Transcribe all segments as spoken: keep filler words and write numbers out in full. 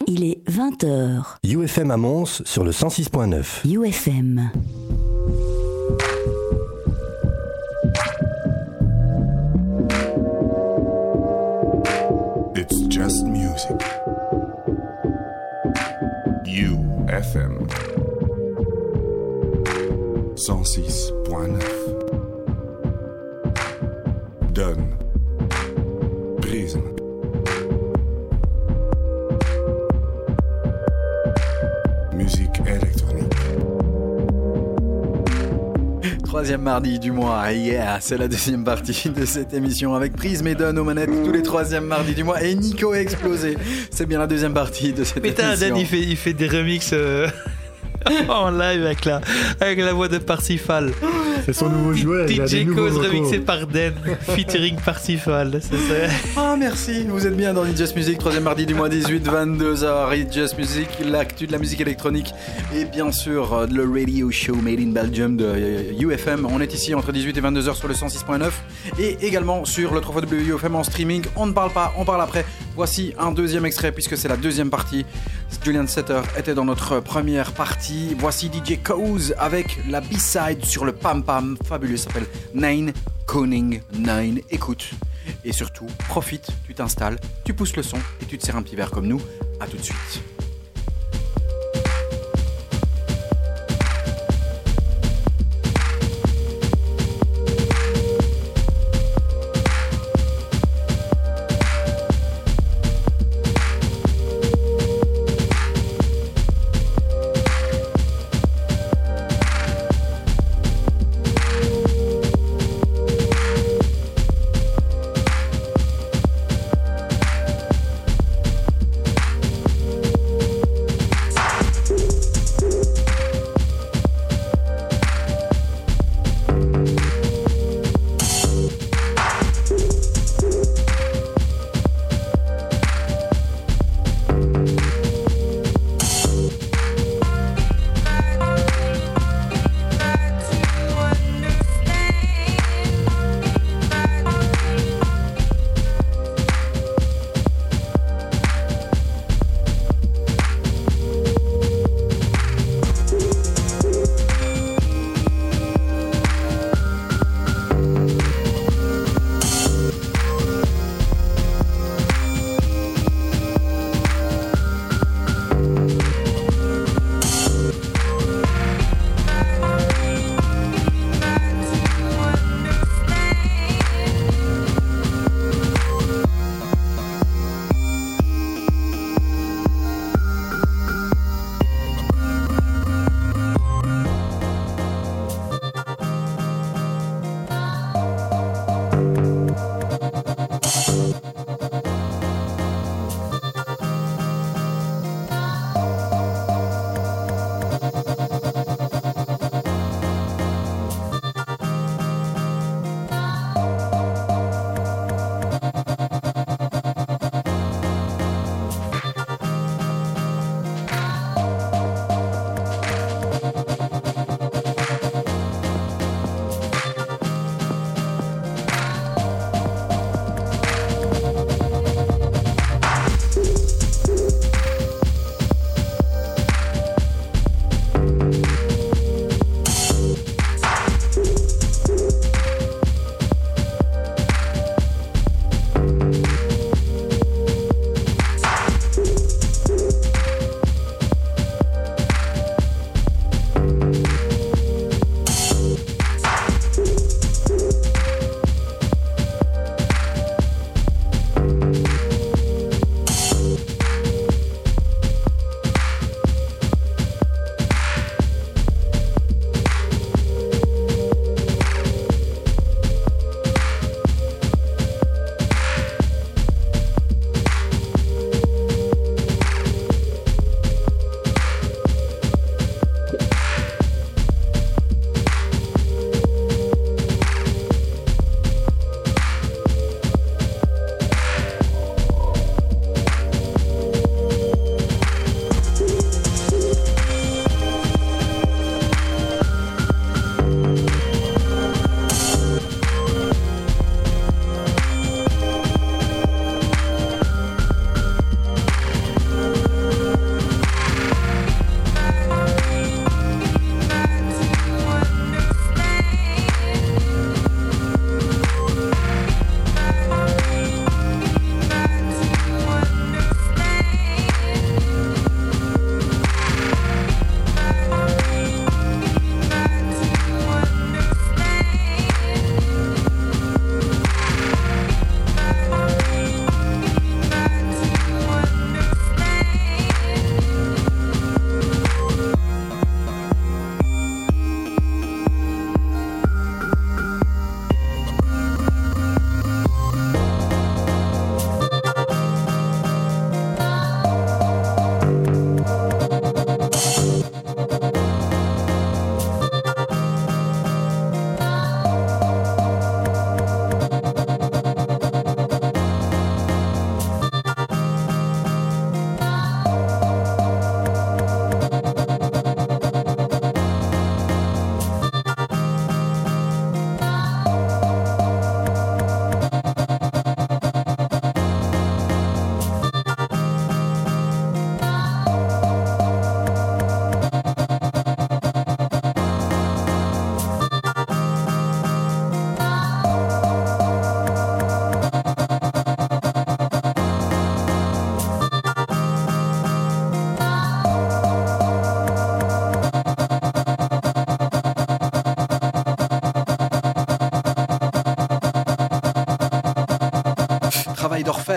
Il est vingt heures. U F M à Mons sur le cent six point neuf. U F M. It's just music. U F M cent six point neuf. Donne. Prisme. Musique électronique. Troisième mardi du mois, yeah, c'est la deuxième partie de cette émission avec Prisme et Don aux manettes tous les troisièmes mardis du mois et Nico a explosé. C'est bien la deuxième partie de cette Putain, émission. Dan il fait, il fait des remixes euh, en live avec la, avec la voix de Parsifal. C'est son nouveau jouet. D J Cause Cause remixé par Dan, featuring Parsifal. C'est ça. Ah merci, vous êtes bien dans It's Just Music, troisième mardi du mois, dix-huit vingt-deux heures. It's Just Music, l'actu de la musique électronique et bien sûr le radio show Made in Belgium de U F M. On est ici entre dix-huit et vingt-deux heures sur le cent six point neuf et également sur le w w w point u f m en streaming. On ne parle pas, on parle après. Voici un deuxième extrait puisque c'est la deuxième partie. Julian Setter était dans notre première partie. Voici D J Cause avec la B-side sur le Pam Pam fabuleux, ça s'appelle Nine Coning Nine. Écoute et surtout profite, tu t'installes, tu pousses le son et tu te sers un petit verre comme nous. À tout de suite.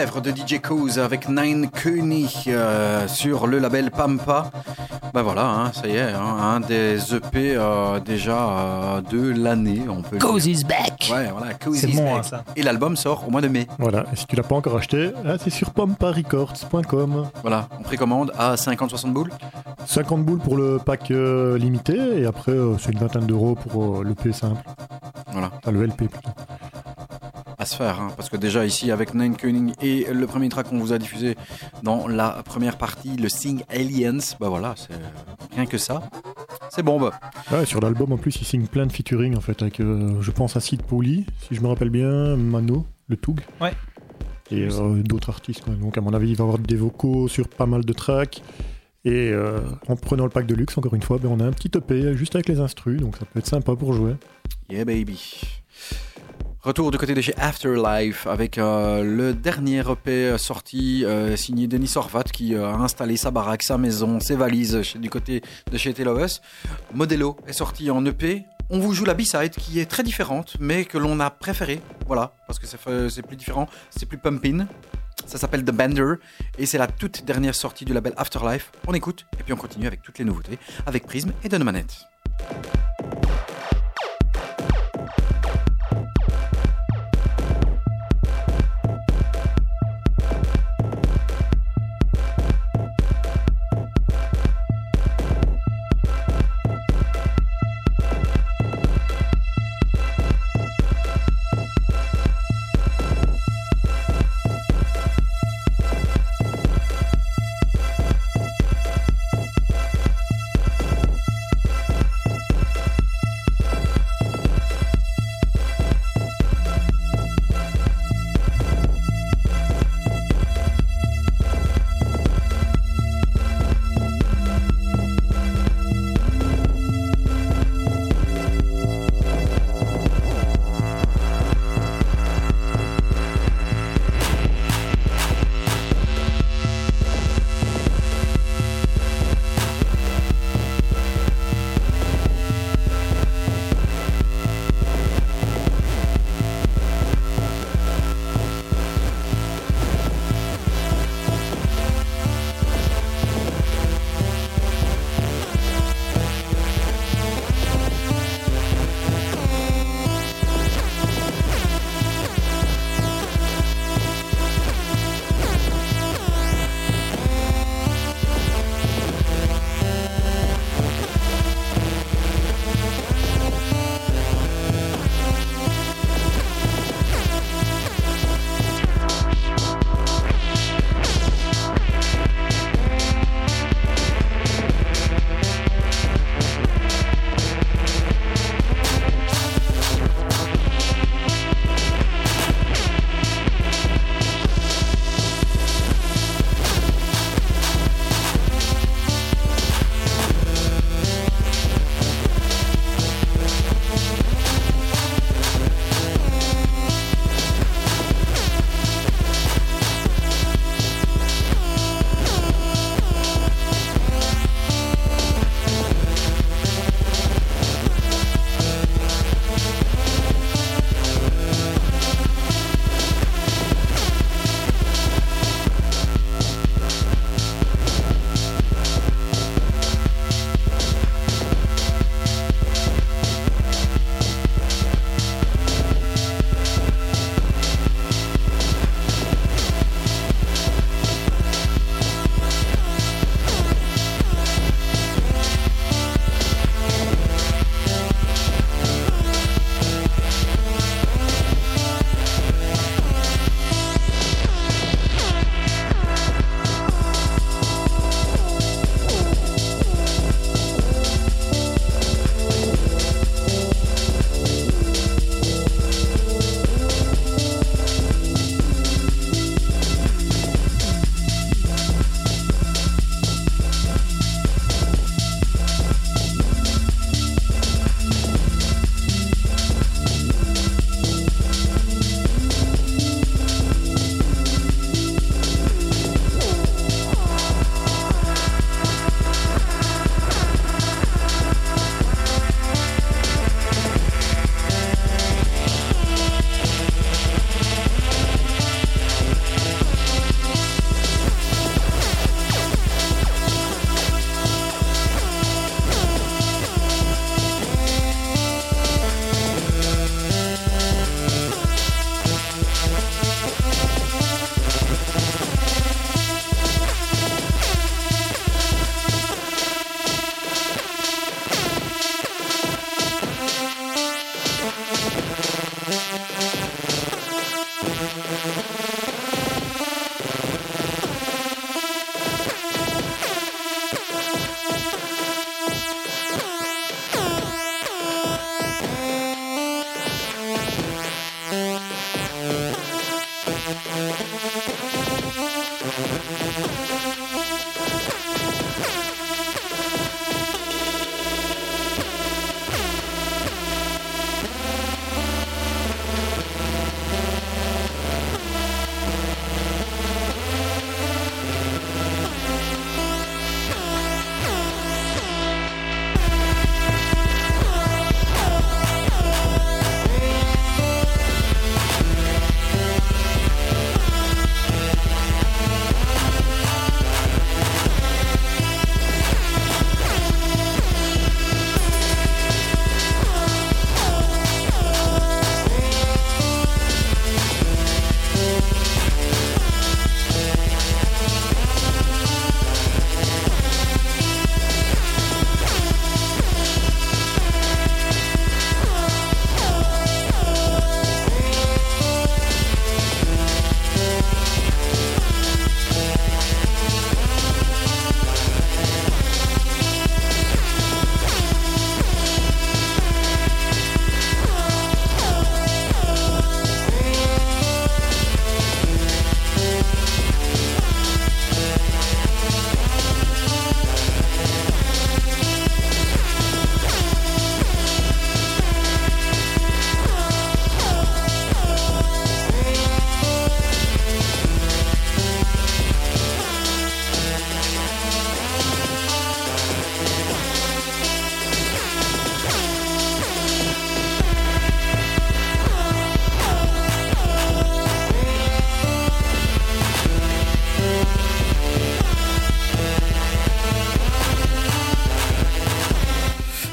chef-d'œuvre de D J Koze avec Nine König euh, sur le label Pampa. Ben voilà, hein, ça y est, hein, un des E P euh, déjà euh, de l'année, on peut Koze dire. is back. Ouais, voilà, Koze C'est is bon, back. hein, ça. Et l'album sort au mois de mai. Voilà, et si tu l'as pas encore acheté, hein, c'est sur pampa records point com. Voilà, on précommande à cinquante à soixante boules. cinquante boules pour le pack euh, limité, et après euh, c'est une vingtaine d'euros pour euh, l'E P simple. Voilà. Enfin, le L P plutôt. À se faire, hein, parce que déjà ici avec Nine König et le premier track qu'on vous a diffusé dans la première partie, le Sing Aliens, bah voilà, c'est rien que ça, c'est bon. Bah. Ouais, sur l'album en plus il signe plein de featuring en fait, avec euh, je pense à Sid Pauli, si je me rappelle bien, Mano, le Toug. Ouais. Et euh, d'autres artistes, quoi. Donc à mon avis il va y avoir des vocaux sur pas mal de tracks. Et euh, en prenant le pack de luxe, encore une fois, ben, on a un petit E P juste avec les instrus, donc ça peut être sympa pour jouer. Yeah baby. Retour du côté de chez Afterlife avec euh, le dernier E P sorti euh, signé Denis Horvat qui euh, a installé sa baraque, sa maison, ses valises chez, du côté de chez Telovus. Modelo est sorti en E P. On vous joue la B-side qui est très différente mais que l'on a préférée. Voilà, parce que c'est, c'est plus différent, c'est plus pumpin'. Ça s'appelle The Bender et c'est la toute dernière sortie du label Afterlife. On écoute et puis on continue avec toutes les nouveautés avec Prism et Don Manette.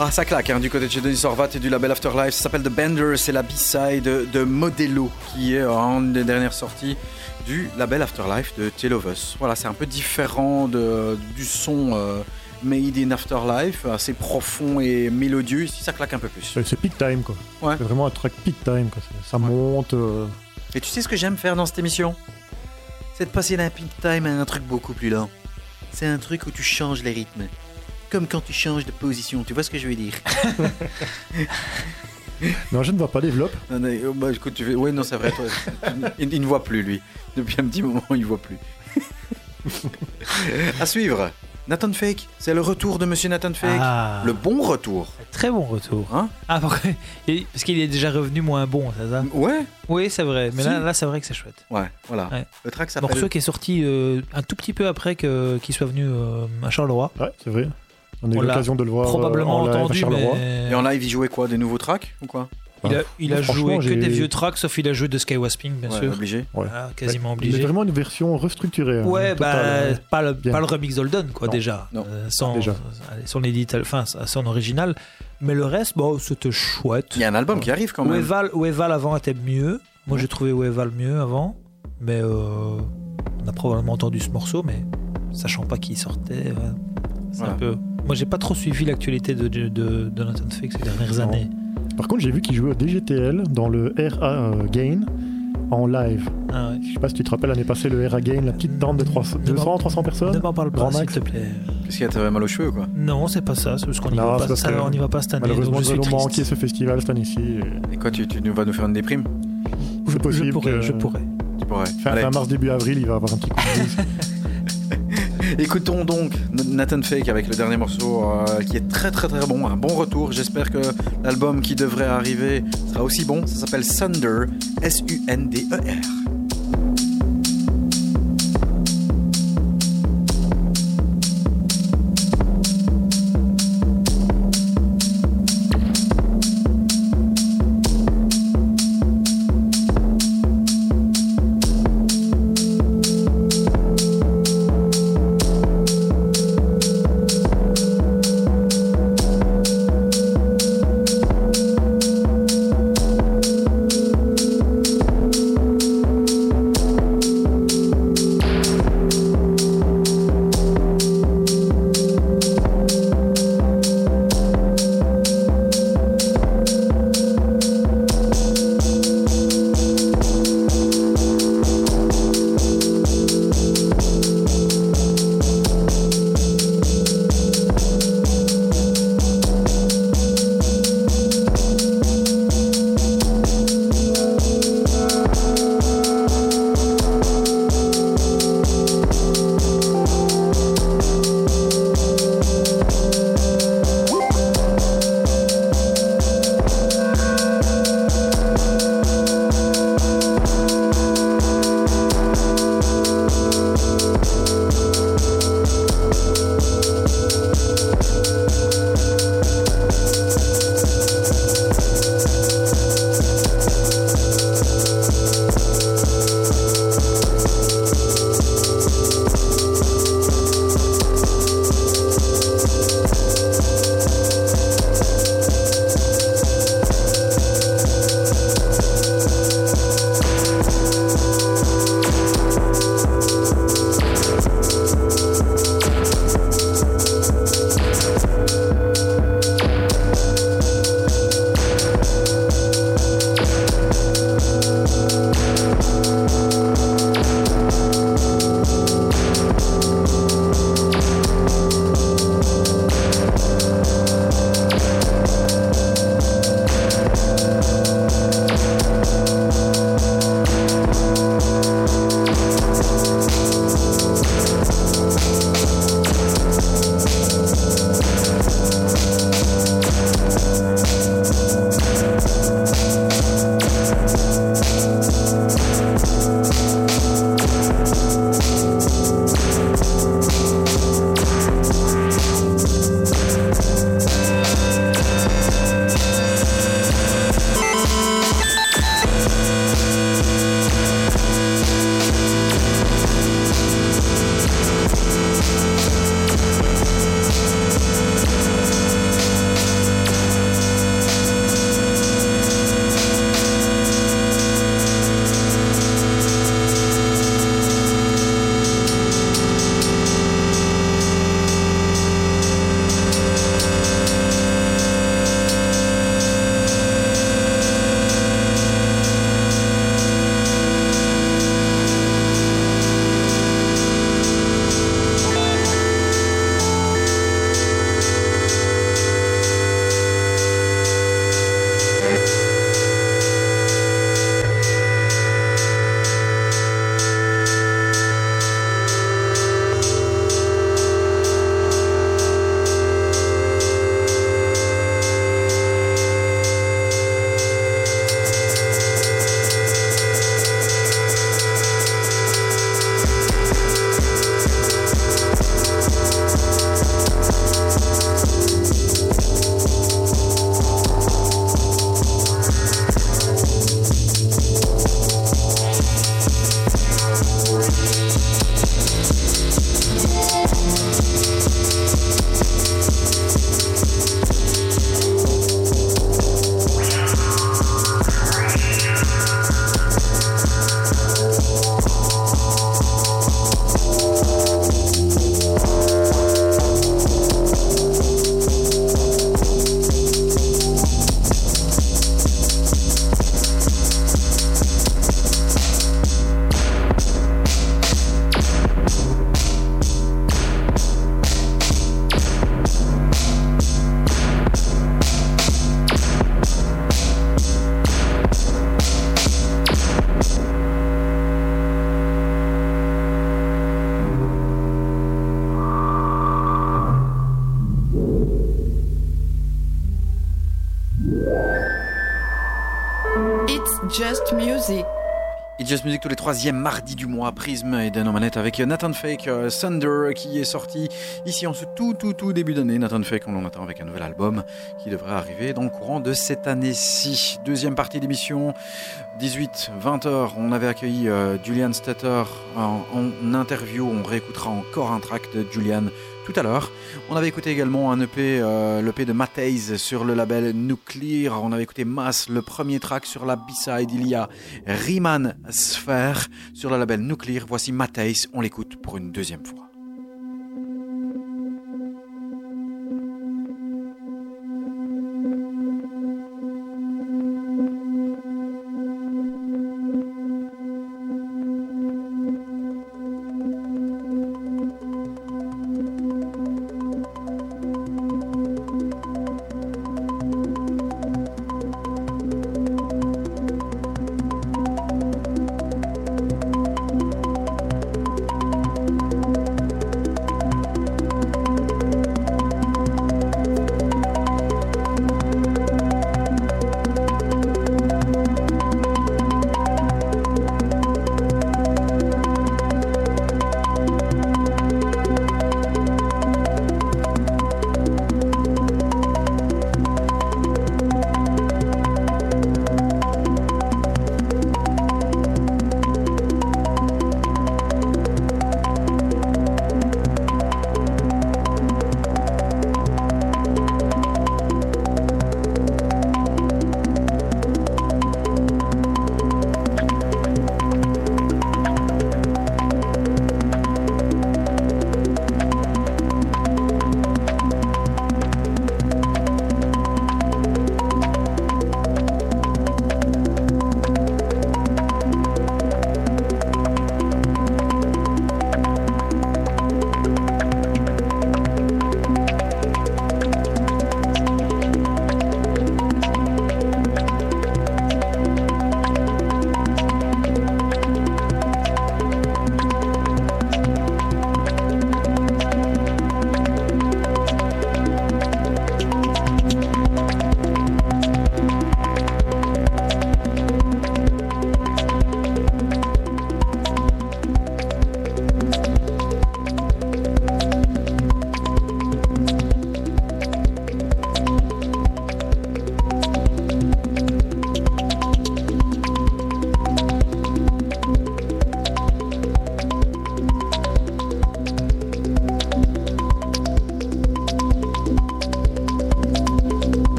Ah, ça claque hein, du côté de chez Denis Horvat et du label Afterlife. Ça s'appelle The Bender, c'est la B-side de, de Modelo qui est une des dernières sorties du label Afterlife de Tale of Us. Voilà, c'est un peu différent de, du son euh, Made in Afterlife, assez profond et mélodieux. Ici, ça claque un peu plus. C'est, c'est peak time quoi. Ouais. C'est vraiment un track peak time quoi. C'est- ça Ouais. monte. euh, Et tu sais ce que j'aime faire dans cette émission ? C'est de passer d'un peak time à un truc beaucoup plus lent. C'est un truc où tu changes les rythmes. Comme quand tu changes de position, tu vois ce que je veux dire ? Non, je ne vois pas, développe. Non, non, oh, bah, écoute, tu fais... Oui, non, c'est vrai. Toi, il, il ne voit plus, lui. Depuis un petit moment, il ne voit plus. À suivre. Nathan Fake. C'est le retour de Monsieur Nathan Fake. Ah, Le bon retour. très bon retour. Hein Ah, pourquoi Et- parce qu'il est déjà revenu moins bon, c'est ça? Ouais. Oui, c'est vrai. Mais Si. là, là c'est vrai que c'est chouette. Ouais, voilà. Ouais. Le track s'appelle... Morceau qui est sorti euh, un tout petit peu après que, qu'il soit venu euh, à Charleroi. Ouais, c'est vrai. On a eu On l'a l'occasion de le voir. Probablement euh, en live à entendu, Charleroi. mais Et en live, il jouait quoi ? Des nouveaux tracks ou quoi ? il a, il a Franchement, joué que j'ai- des vieux tracks, sauf il a joué de Skywasping, bien Ouais, sûr. obligé. Ouais. Voilà, quasiment Mais obligé. vraiment une version restructurée. hein, Ouais, bah, totale, hein. pas, le, bien. pas le remix d'Holden, quoi, Non. déjà. Non. Euh, sans, Déjà. son édit, enfin, son original. Mais le reste, bon, c'était chouette. Il y a un album qui arrive quand même. Weval, Weval avant était mieux. Moi, j'ai trouvé Weval mieux avant. Mais euh, on a probablement entendu ce morceau, mais sachant pas qui sortait, ouais, c'est Voilà. un peu. Moi, j'ai pas trop suivi l'actualité de, de, de, de Nathan Fake ces dernières Non. années. Par contre, j'ai vu qu'il jouait au D G T L dans le R A euh, Gain en live. Ah ouais. Je sais pas si tu te rappelles l'année passée, le R A Gain, la petite tente de trois cents, deux cents, trois cents Ne personnes. m'en parle pas, Grand s'il max. te plaît. Qu'est-ce qu'il y a ? T'avais mal aux cheveux, quoi. Non, c'est pas ça. C'est parce qu'on n'y Non, va, c'est pas, parce ça, que on n'y va pas cette année. Malheureusement, donc je nous suis allons triste. manquer ce festival cette année-ci. et Et quoi, tu, tu nous vas nous faire une déprime ? Je, C'est possible je pourrais, que- je pourrais. Tu pourrais. Fin, Allez. fin mars, début avril, il va avoir un petit coup de blues. Écoutons donc Nathan Fake avec le dernier morceau euh, qui est très très très bon, un bon retour. J'espère que l'album qui devrait arriver sera aussi bon. Ça s'appelle Sunder, S U N D E R. Just Music. It's Just Music tous les troisièmes mardis du mois, Prism et Dan Omanette avec Nathan Fake, uh, Thunder, qui est sorti ici en ce tout tout tout début d'année. Nathan Fake, on l'attend avec un nouvel album qui devrait arriver dans le courant de cette année-ci. Deuxième partie d'émission, dix-huit vingt heures, on avait accueilli uh, Julian Stater en, en interview, on réécoutera encore un track de Julian tout à l'heure. On avait écouté également un E P, euh, l'E P de Matthijs sur le label Nuclear. On avait écouté Mass, le premier track sur la B-side. Il y a Riemann Sphere sur le label Nuclear. Voici Matthijs, on l'écoute pour une deuxième fois.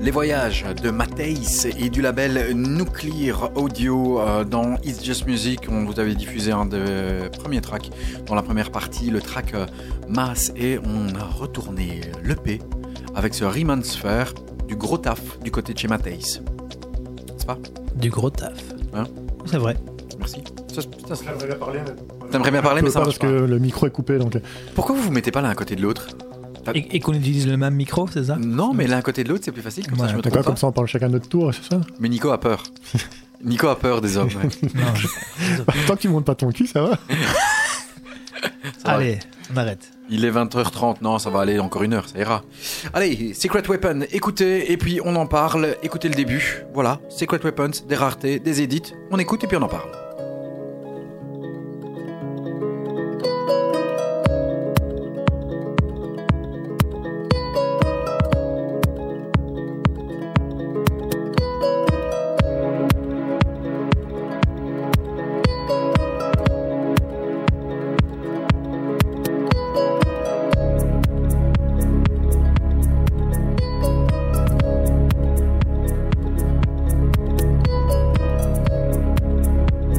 Les voyages de Matthijs et du label Nuclear Audio euh, dans It's Just Music. On vous avait diffusé un des premiers tracks dans la première partie, le track euh, Mass, et on a retourné l'E P avec ce Riemann Sphere, du gros taf du côté de chez Matthijs. C'est pas ? Du gros taf. Hein ? C'est vrai. Merci. Ça, ça, ça... J'aimerais bien parler. T'aimerais bien parler, mais ça pas marche parce pas. que le micro est coupé, donc. Pourquoi vous vous mettez pas l'un à côté de l'autre ? Et, et qu'on utilise le même micro, c'est ça ? Non, mais l'un à côté de l'autre, c'est plus facile, comme Ouais, ça je me D'accord, trompe pas. comme ça on parle chacun de notre tour, c'est ça? Mais Nico a peur. Nico a peur des hommes. Ouais. Non, je- Tant que tu montes pas ton cul, ça va? Ça va. Allez, on arrête. Il est vingt heures trente, non, ça va aller encore une heure, ça ira. Allez, Secret Weapon, écoutez, et puis on en parle. Écoutez le début, voilà. Secret Weapons, des raretés, des édits. On écoute et puis on en parle. Thank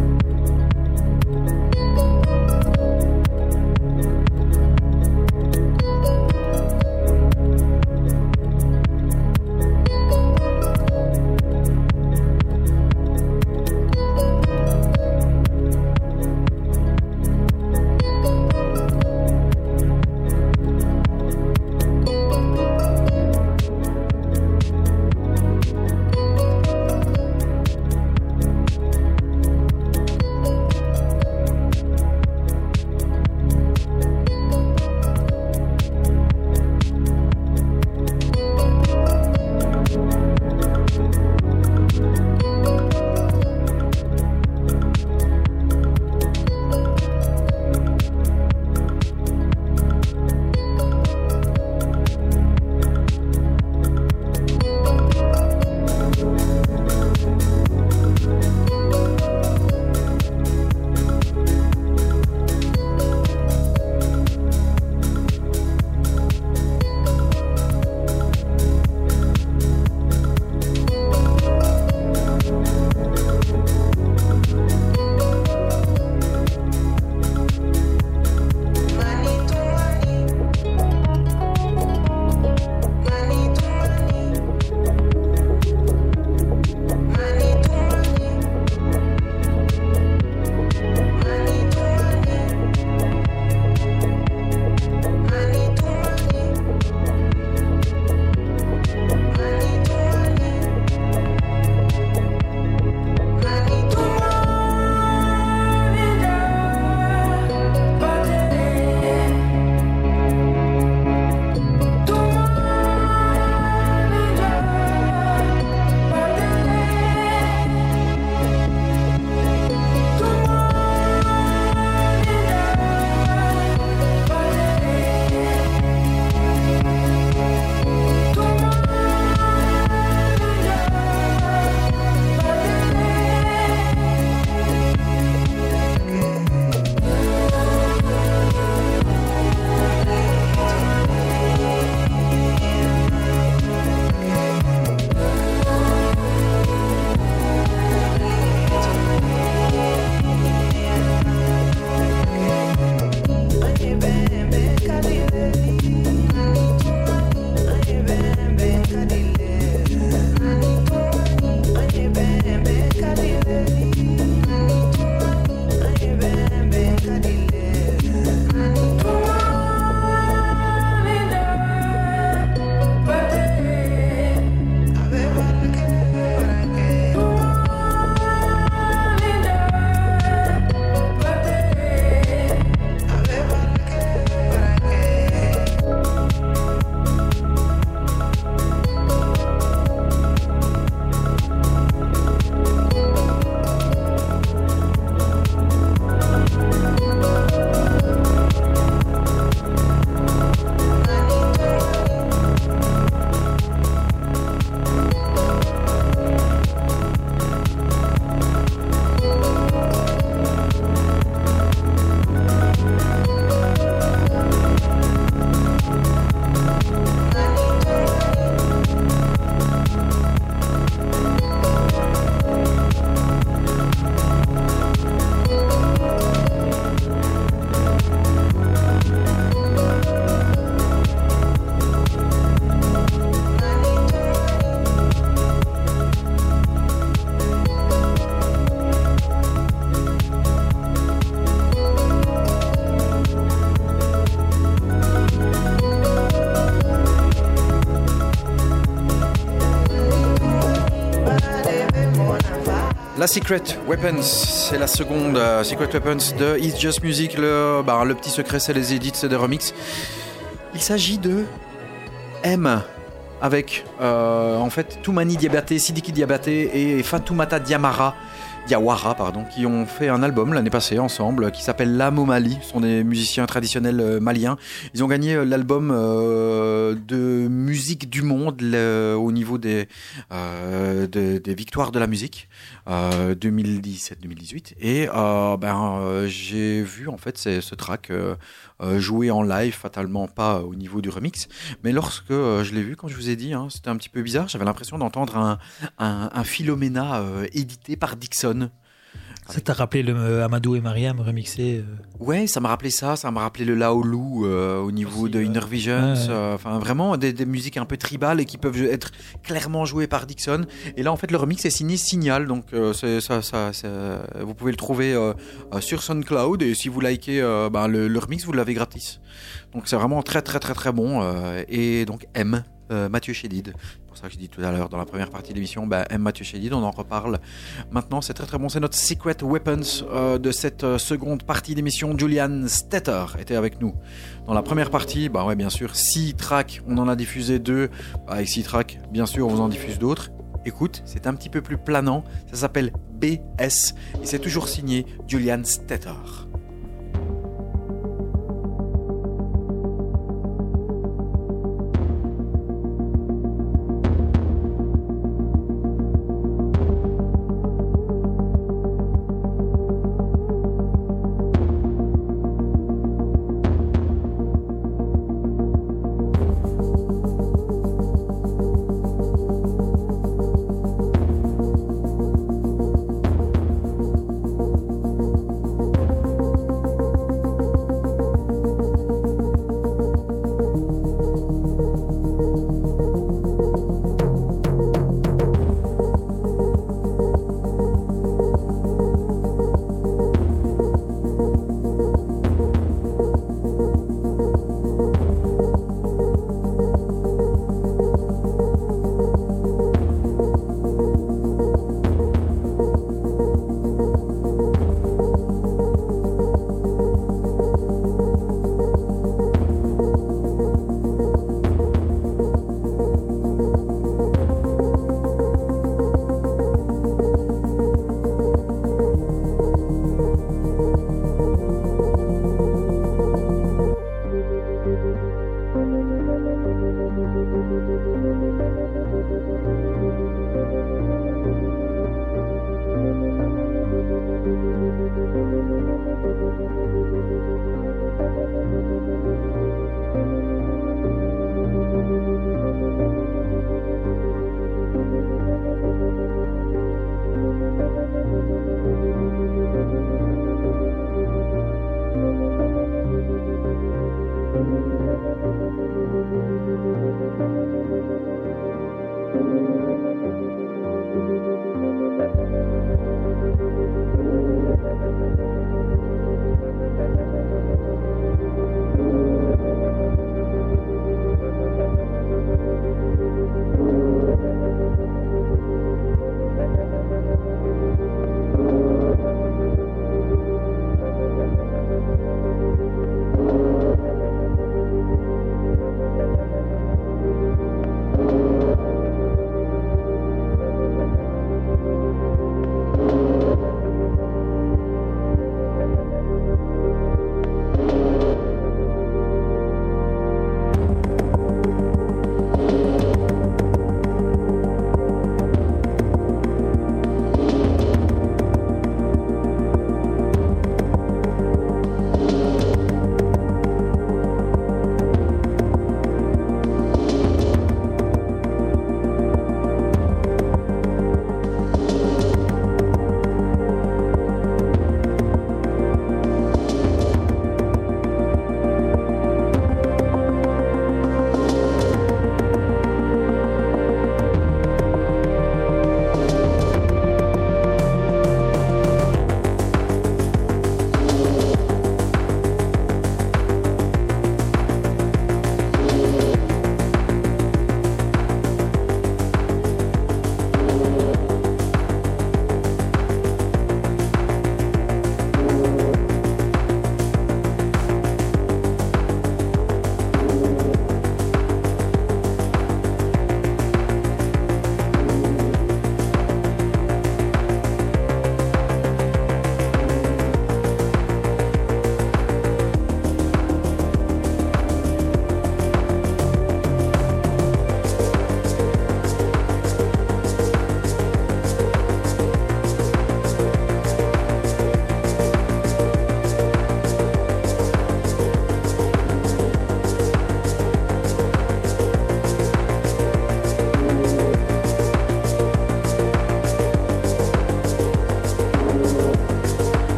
La Secret Weapons, c'est la seconde euh, Secret Weapons de It's Just Music. Le, bah, le petit secret, c'est les edits, c'est des remixes. Il s'agit de M avec euh, en fait Toumani Diabaté, Sidiki Diabaté et Fatoumata Diamara. Diawara, pardon, qui ont fait un album l'année passée ensemble qui s'appelle La Momali. Ce sont des musiciens traditionnels euh, maliens. Ils ont gagné euh, l'album euh, de musique du monde le, au niveau des, euh, de, des victoires de la musique euh, deux mille dix-sept deux mille dix-huit. Et euh, ben, euh, j'ai vu en fait c'est, ce track euh, euh, jouer en live, fatalement pas au niveau du remix. Mais lorsque euh, je l'ai vu, quand je vous ai dit, hein, c'était un petit peu bizarre. J'avais l'impression d'entendre un, un, un Philomena euh, édité par Dixon. Ça t'a rappelé le euh, Amadou et Mariam remixé euh... Ouais, ça m'a rappelé ça, ça m'a rappelé le Laolu euh, au niveau aussi, de Inner Visions, ouais, ouais. Euh, enfin vraiment des, des musiques un peu tribales et qui peuvent être clairement jouées par Dixon. Et là en fait le remix est signé Signal, donc euh, c'est, ça, ça, ça, vous pouvez le trouver euh, sur SoundCloud et si vous likez euh, ben, le, le remix vous l'avez gratis. Donc c'est vraiment très très très très bon euh, et donc M. Euh, Mathieu Chédid, c'est pour ça que je dis tout à l'heure dans la première partie de l'émission, bah, M. Mathieu Chédid, on en reparle maintenant, c'est très très bon, c'est notre Secret Weapons euh, de cette euh, seconde partie d'émission. Julian Stetter était avec nous dans la première partie, bah ouais bien sûr, six tracks, on en a diffusé deux, bah, avec six tracks, bien sûr on vous en diffuse d'autres. Écoute, c'est un petit peu plus planant, ça s'appelle B S et c'est toujours signé Julian Stetter.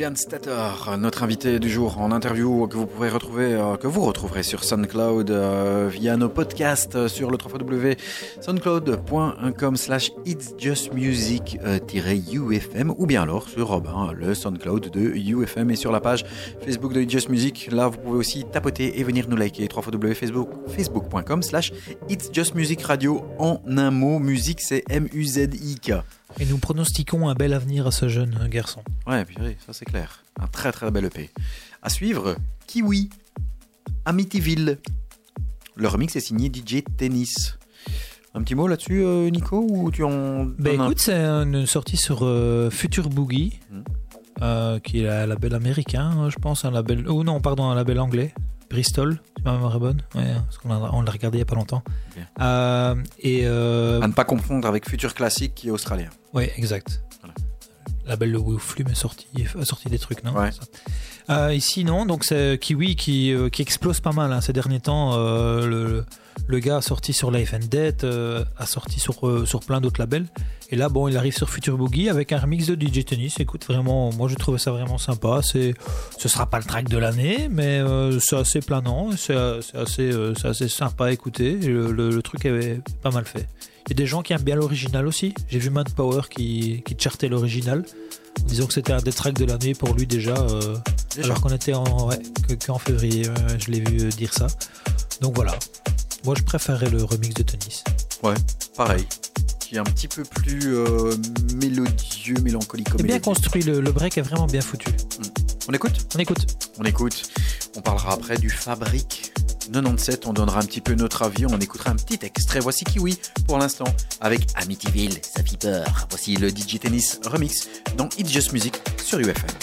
Julian Stator, notre invité du jour en interview que vous pourrez retrouver, euh, que vous retrouverez sur SoundCloud euh, via nos podcasts euh, sur le w w w point soundcloud point com slash it's just music U F M ou bien alors sur euh, ben, le SoundCloud de U F M et sur la page Facebook de It's Just Music. Là, vous pouvez aussi tapoter et venir nous liker w w w point facebook facebook point com slash it's just music radio en un mot. Musique, c'est M U Z I K. Et nous pronostiquons un bel avenir à ce jeune garçon. Ouais, purée, ça c'est clair. Un très très bel E P. À suivre, Kiwi, Amityville. Le remix est signé D J Tennis. Un petit mot là-dessus, euh, Nico, ou tu en... Ben écoute, un... c'est une sortie sur euh, Future Boogie, mmh. euh, qui est un label américain, je pense, un label... Oh non, pardon, un label anglais. Bristol, si ma mémoire est bonne, ouais, parce qu'on a, on l'a regardé il n'y a pas longtemps. Okay. Euh, et euh... À ne pas confondre avec Future Classic qui est australien. Oui, exact. Voilà. Le label de Flume est sorti, a sorti des trucs, non? Ouais. Euh, ici, non, donc c'est Kiwi qui, euh, qui explose pas mal hein, ces derniers temps. Euh, le, le gars a sorti sur Life and Death, euh, a sorti sur, euh, sur plein d'autres labels. Et là, bon, il arrive sur Future Boogie avec un remix de D J Tennis. Écoute, vraiment, moi, je trouvais ça vraiment sympa. C'est, ce sera pas le track de l'année, mais euh, c'est assez planant, c'est, c'est, assez, euh, c'est assez sympa à écouter. Et le, le, le truc est pas mal fait. Il y a des gens qui aiment bien l'original aussi. J'ai vu Manpower qui, qui chartait l'original, en disant que c'était un des tracks de l'année pour lui déjà, euh, déjà. Alors qu'on était en, ouais, qu'en février. Ouais, je l'ai vu dire ça. Donc voilà. Moi, je préférais le remix de Tennis. Ouais, pareil. Qui est un petit peu plus euh, mélodieux, mélancolique. C'est bien construit, le, le break est vraiment bien foutu. Mmh. On écoute On écoute. On écoute. On parlera après du Fabrique quatre-vingt-dix-sept, on donnera un petit peu notre avis, on écoutera un petit extrait. Voici Kiwi pour l'instant avec Amityville, ça fait peur. Voici le D J Tennis remix dans It's Just Music sur U F M.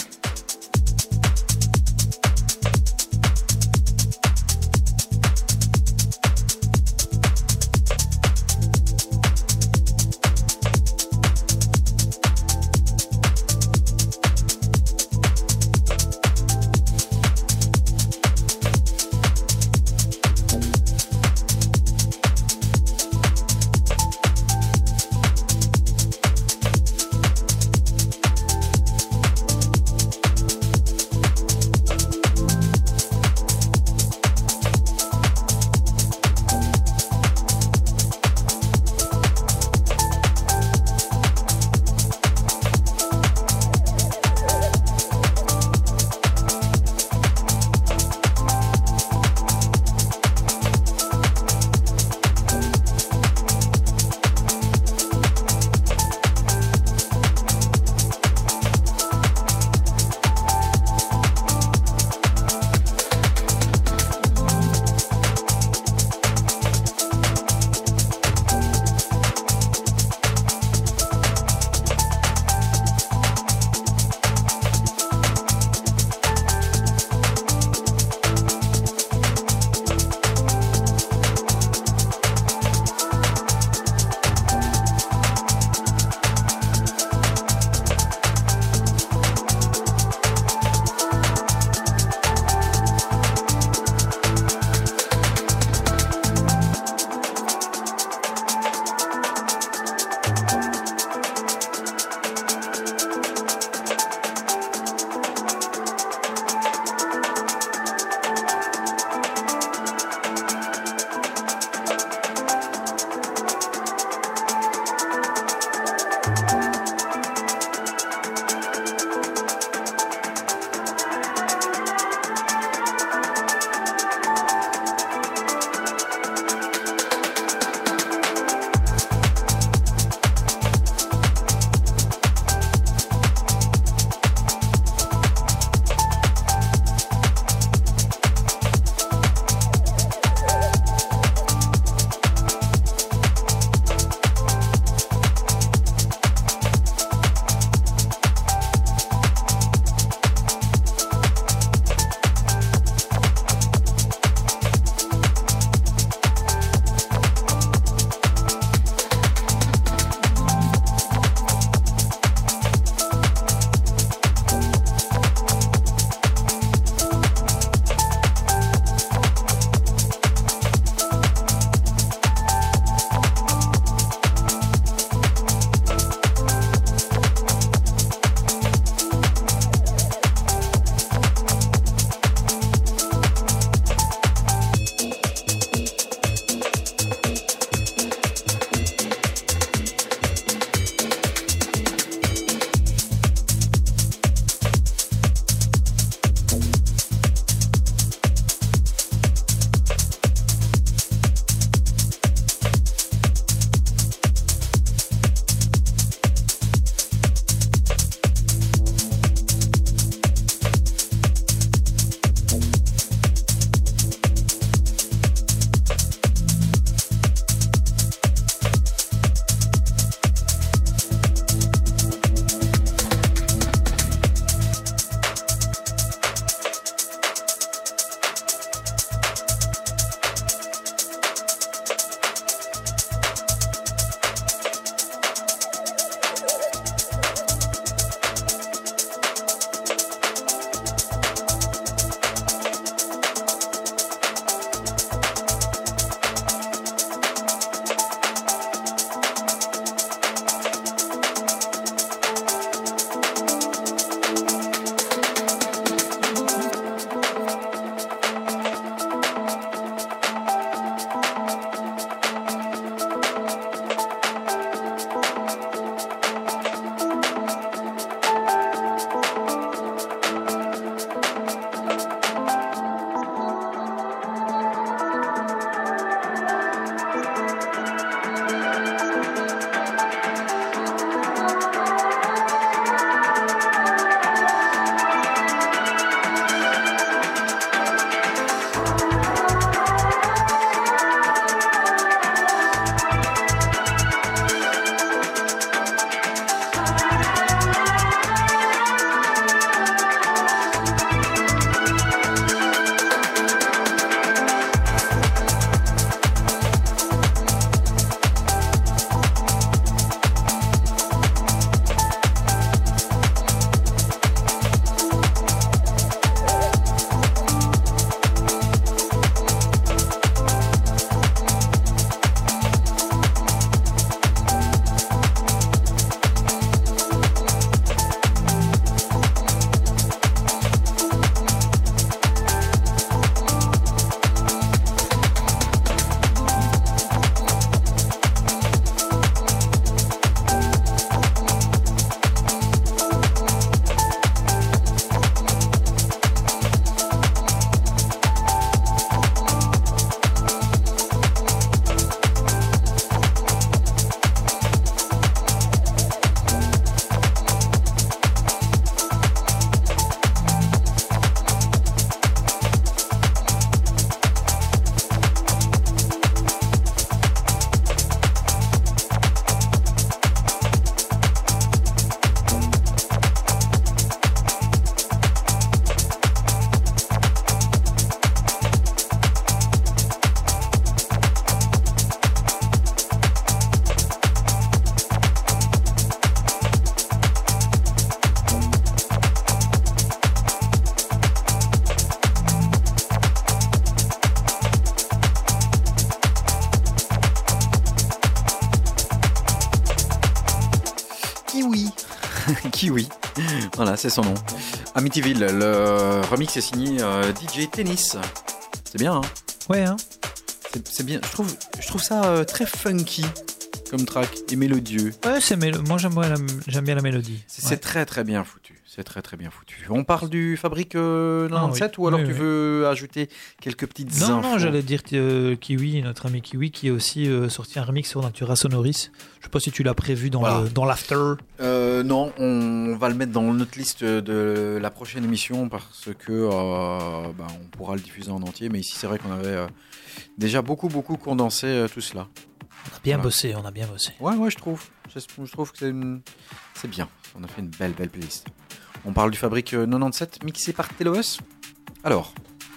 Kiwi. Voilà, c'est son nom. Amityville, le remix est signé euh, D J Tennis. C'est bien, hein. Ouais, hein. C'est, c'est bien. Je trouve, je trouve ça euh, très funky comme track et mélodieux. Ouais, c'est mélo- moi j'aime bien, la, j'aime bien la mélodie. C'est, ouais. c'est très très bien foutu. C'est très très bien foutu. On parle du Fabrique euh, quatre-vingt-dix-sept ah, oui. ou alors oui, tu oui. veux ajouter quelques petites Non, infos? non, j'allais dire euh, Kiwi, notre ami Kiwi, qui a aussi euh, sorti un remix sur Natura Sonoris. Je sais pas si tu l'as prévu dans, Voilà. le, dans l'after. Euh, non, on va le mettre dans notre liste de la prochaine émission parce que euh, bah, on pourra le diffuser en entier. Mais ici, c'est vrai qu'on avait euh, déjà beaucoup, beaucoup condensé euh, tout cela. On a bien Voilà. bossé, on a bien bossé. Ouais, ouais, je trouve. Je, je trouve que c'est, une... c'est bien. On a fait une belle, belle playlist. On parle du Fabrique quatre-vingt-dix-sept mixé par Telovus. Alors,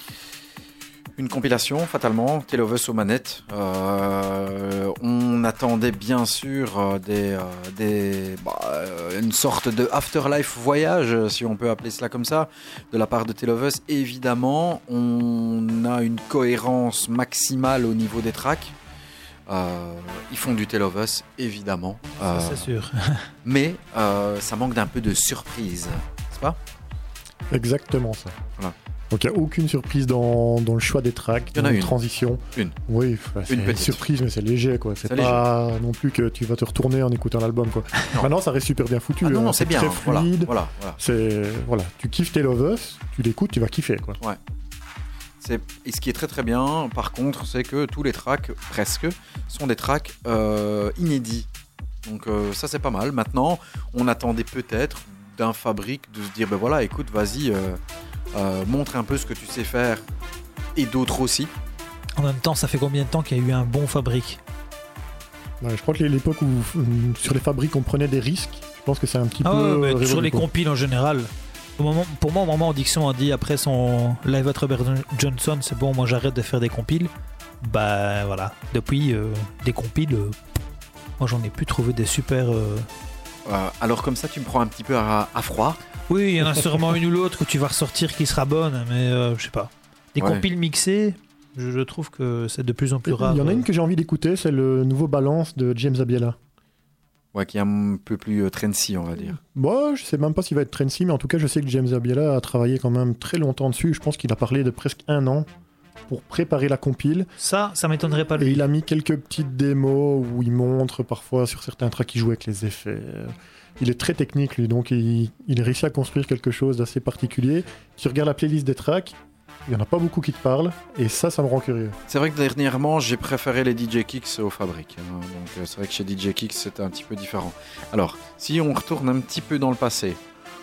une compilation, fatalement, Telovus aux manettes. Euh, on attendait bien sûr euh, des, euh, des, bah, euh, une sorte de afterlife voyage, si on peut appeler cela comme ça, de la part de Telovus. Évidemment, on a une cohérence maximale au niveau des tracks. Euh, ils font du Tale of Us, évidemment. Euh, Ça, c'est sûr. mais euh, ça manque d'un peu de surprise, n'est-ce pas? Exactement ça. Voilà. Donc il n'y a aucune surprise dans, dans le choix des tracks, Il y en dans a les une. transitions. Une. Oui, enfin, c'est Une une petite. surprise, mais c'est léger, quoi. C'est, C'est pas non plus que tu vas te retourner en écoutant l'album, quoi. Non. Maintenant, ça reste super bien foutu. Ah non, hein. non, c'est bien. très hein. Voilà, fluide. voilà, voilà. C'est voilà, tu kiffes Tale of Us, tu l'écoutes, tu vas kiffer, quoi. C'est... Et ce qui est très très bien, par contre, c'est que tous les tracks, presque, sont des tracks euh, inédits. Donc euh, ça, c'est pas mal. Maintenant, on attendait peut-être d'un Fabrique de se dire, ben voilà, écoute, vas-y, euh, euh, montre un peu ce que tu sais faire, et d'autres aussi. En même temps, ça fait combien de temps qu'il y a eu un bon Fabrique? Ouais, je crois que l'époque où euh, sur les fabriques on prenait des risques, je pense que c'est un petit Ah peu ouais, mais révolu, sur les quoi. compiles en général. Au moment, pour moi, au moment où Dixon a dit après son live at Robert Johnson, c'est bon, moi j'arrête de faire des compiles. Bah voilà, depuis euh, des compiles, euh, moi j'en ai plus trouvé des super. euh, Euh, alors comme ça, tu me prends un petit peu à, à froid. Oui, il y en a sûrement une ou l'autre que tu vas ressortir qui sera bonne, mais euh, je sais pas. Des Ouais. compiles mixés, je, je trouve que c'est de plus en plus rare. Il y en a euh. une que j'ai envie d'écouter, c'est le nouveau Balance de James Abiela. Ouais, qui est un peu plus euh, trendy, on va dire. Moi, je sais même pas s'il va être trendy, mais en tout cas, je sais que James Abiela a travaillé quand même très longtemps dessus. Je pense qu'il a parlé de presque un an pour préparer la compile. Ça, ça m'étonnerait pas de Et lui. il a mis quelques petites démos où il montre parfois sur certains tracks qu'il joue avec les effets. Il est très technique, lui, donc il, il réussit à construire quelque chose d'assez particulier. Tu regardes la playlist des tracks, il y en a pas beaucoup qui te parlent, et ça, ça me rend curieux. C'est vrai que dernièrement, j'ai préféré les D J Kicks aux Fabriques. hein. Donc euh, c'est vrai que chez D J Kicks, c'était un petit peu différent. Alors, si on retourne un petit peu dans le passé,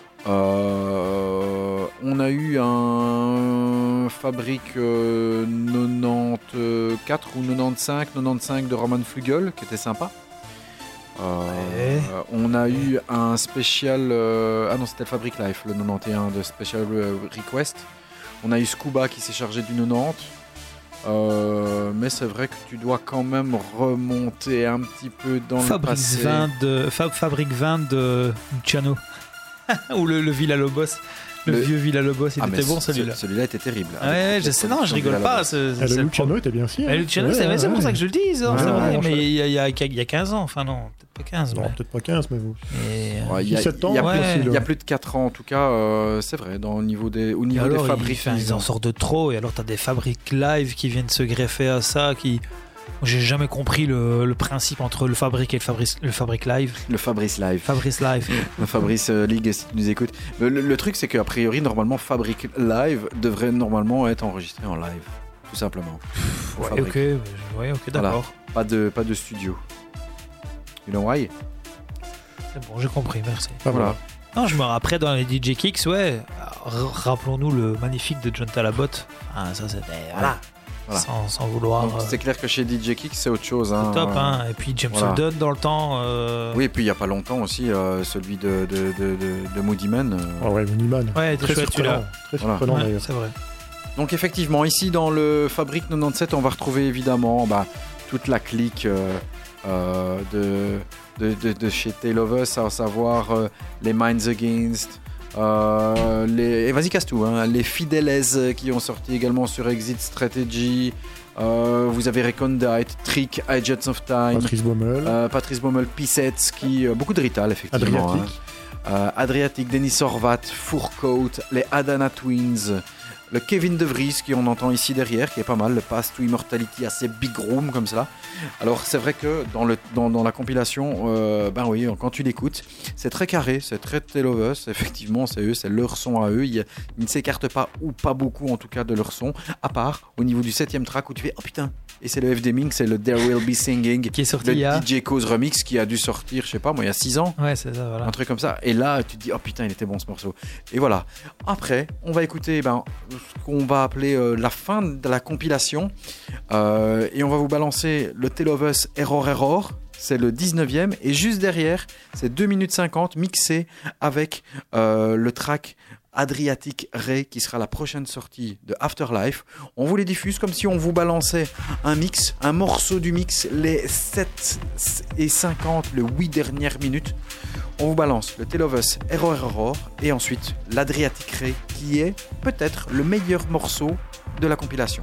euh, on a eu un Fabrique euh, quatre-vingt-quatorze ou quatre-vingt-quinze, quatre-vingt-quinze de Roman Flugel, qui était sympa. Euh, Ouais. On a eu un spécial... euh, ah non, c'était le Fabrique Live, le quatre-vingt-onze de Special euh, Request. On a eu Scuba qui s'est chargé du quatre-vingt-dix. Euh, mais c'est vrai que tu dois quand même remonter un petit peu dans Fabrique le passé. vingt de, Fa- Fabrique vingt de Luciano. Ou le, le Villa Lobos. Le, Le- vieux Villa Lobos, il Ah, mais était bon ce- celui-là. Celui-là était terrible. Ouais, Avec ouais, toute je la sais, non, je production rigole de pas. Villa c'est- Et c'est le le Luciano problème. était bien aussi. Et hein. Luciano, Ouais, c'est, ouais, c'est pour ouais. ça que je le dis, hein, Ouais, c'est ouais, vrai, ouais, mais ouais. il y, a, il y, a, il y a quinze ans, enfin non, peut-être pas quinze. Non, mais- peut-être pas quinze, mais bon. mais, euh, Ouais, il y a, dix-sept ans, il y a ouais. plus, il y a là. plus de quatre ans en tout cas, euh, c'est vrai, dans, au niveau des, au et niveau alors, des ils, fabriques. enfin, ils en sortent de trop, et alors t'as des fabriques live qui viennent se greffer à ça, qui... J'ai jamais compris le, le principe entre le fabrique et le fabrique, le fabrique live. Le Fabrice Live. Fabrice live. Le Fabrice euh, League, si tu nous écoutes. Le, le- le truc, c'est qu'a priori, normalement, Fabrique Live devrait normalement être enregistré en live. Tout simplement. Ouais, Fabrique. ok, ouais, ok, d'accord. Pas de, pas de studio. You know why? C'est bon, j'ai compris, merci. Ah, voilà. Non, je me rappelle dans les D J Kicks, ouais. R- rappelons-nous le magnifique de John Talabot. Ah, ça c'était. Voilà. Voilà. Sans, sans vouloir. Donc, euh, c'est clair que chez D J Kick, c'est autre chose. Hein. top, hein. Et puis James Voilà. Holden dans le temps. euh, Oui, et puis il n'y a pas longtemps aussi, euh, celui de, de, de, de, de Moody Man. euh. Ah ouais, Miniman. Ouais, Très chouette surprenant. celui-là. Très Voilà. surprenant Ouais, d'ailleurs. c'est vrai. Donc effectivement, ici dans le Fabrique quatre-vingt-dix-sept, on va retrouver évidemment bah, toute la clique euh, euh, de, de, de, de chez Tale of Us, à savoir euh, les Minds Against, euh, les, et vas-y casse tout, hein, les Fideles qui ont sorti également sur Exit Strategy, euh, vous avez Recondite, Trick, Agents of Time, Patrice Baumel. euh, Patrice Baumel, Pissets, qui, euh, beaucoup de Rital effectivement. Adriatique. hein. euh, Adriatic, Denis Horvat, Fourcoat, les Adana Twins, le Kevin De Vries qui on entend ici derrière, qui est pas mal, le Path to Immortality assez big room comme ça. Alors c'est vrai que dans, le, dans, dans la compilation, euh, ben oui, quand tu l'écoutes, c'est très carré, c'est très Tale of Us, effectivement c'est eux, c'est leur son à eux, ils, ils ne s'écartent pas, ou pas beaucoup en tout cas de leur son, à part au niveau du septième track où tu fais oh putain, et c'est le F D Ming, c'est le There Will Be Singing, qui est sorti le il y a... D J Cause Remix qui a dû sortir, je sais pas moi, il y a six ans. Ouais, c'est ça, voilà. Un truc comme ça. Et là, tu te dis, oh putain, il était bon ce morceau. Et voilà. Après, on va écouter ben, ce qu'on va appeler euh, la fin de la compilation. Euh, et on va vous balancer le Tale of Us Error Error. C'est le dix-neuvième. Et juste derrière, c'est deux minutes cinquante mixé avec euh, le track Adriatic Ray qui sera la prochaine sortie de Afterlife. On vous les diffuse comme si on vous balançait un mix, un morceau du mix, les sept et cinquante, le huit dernières minutes. On vous balance le Tale of Us Error Error et ensuite l'Adriatic Ray qui est peut-être le meilleur morceau de la compilation.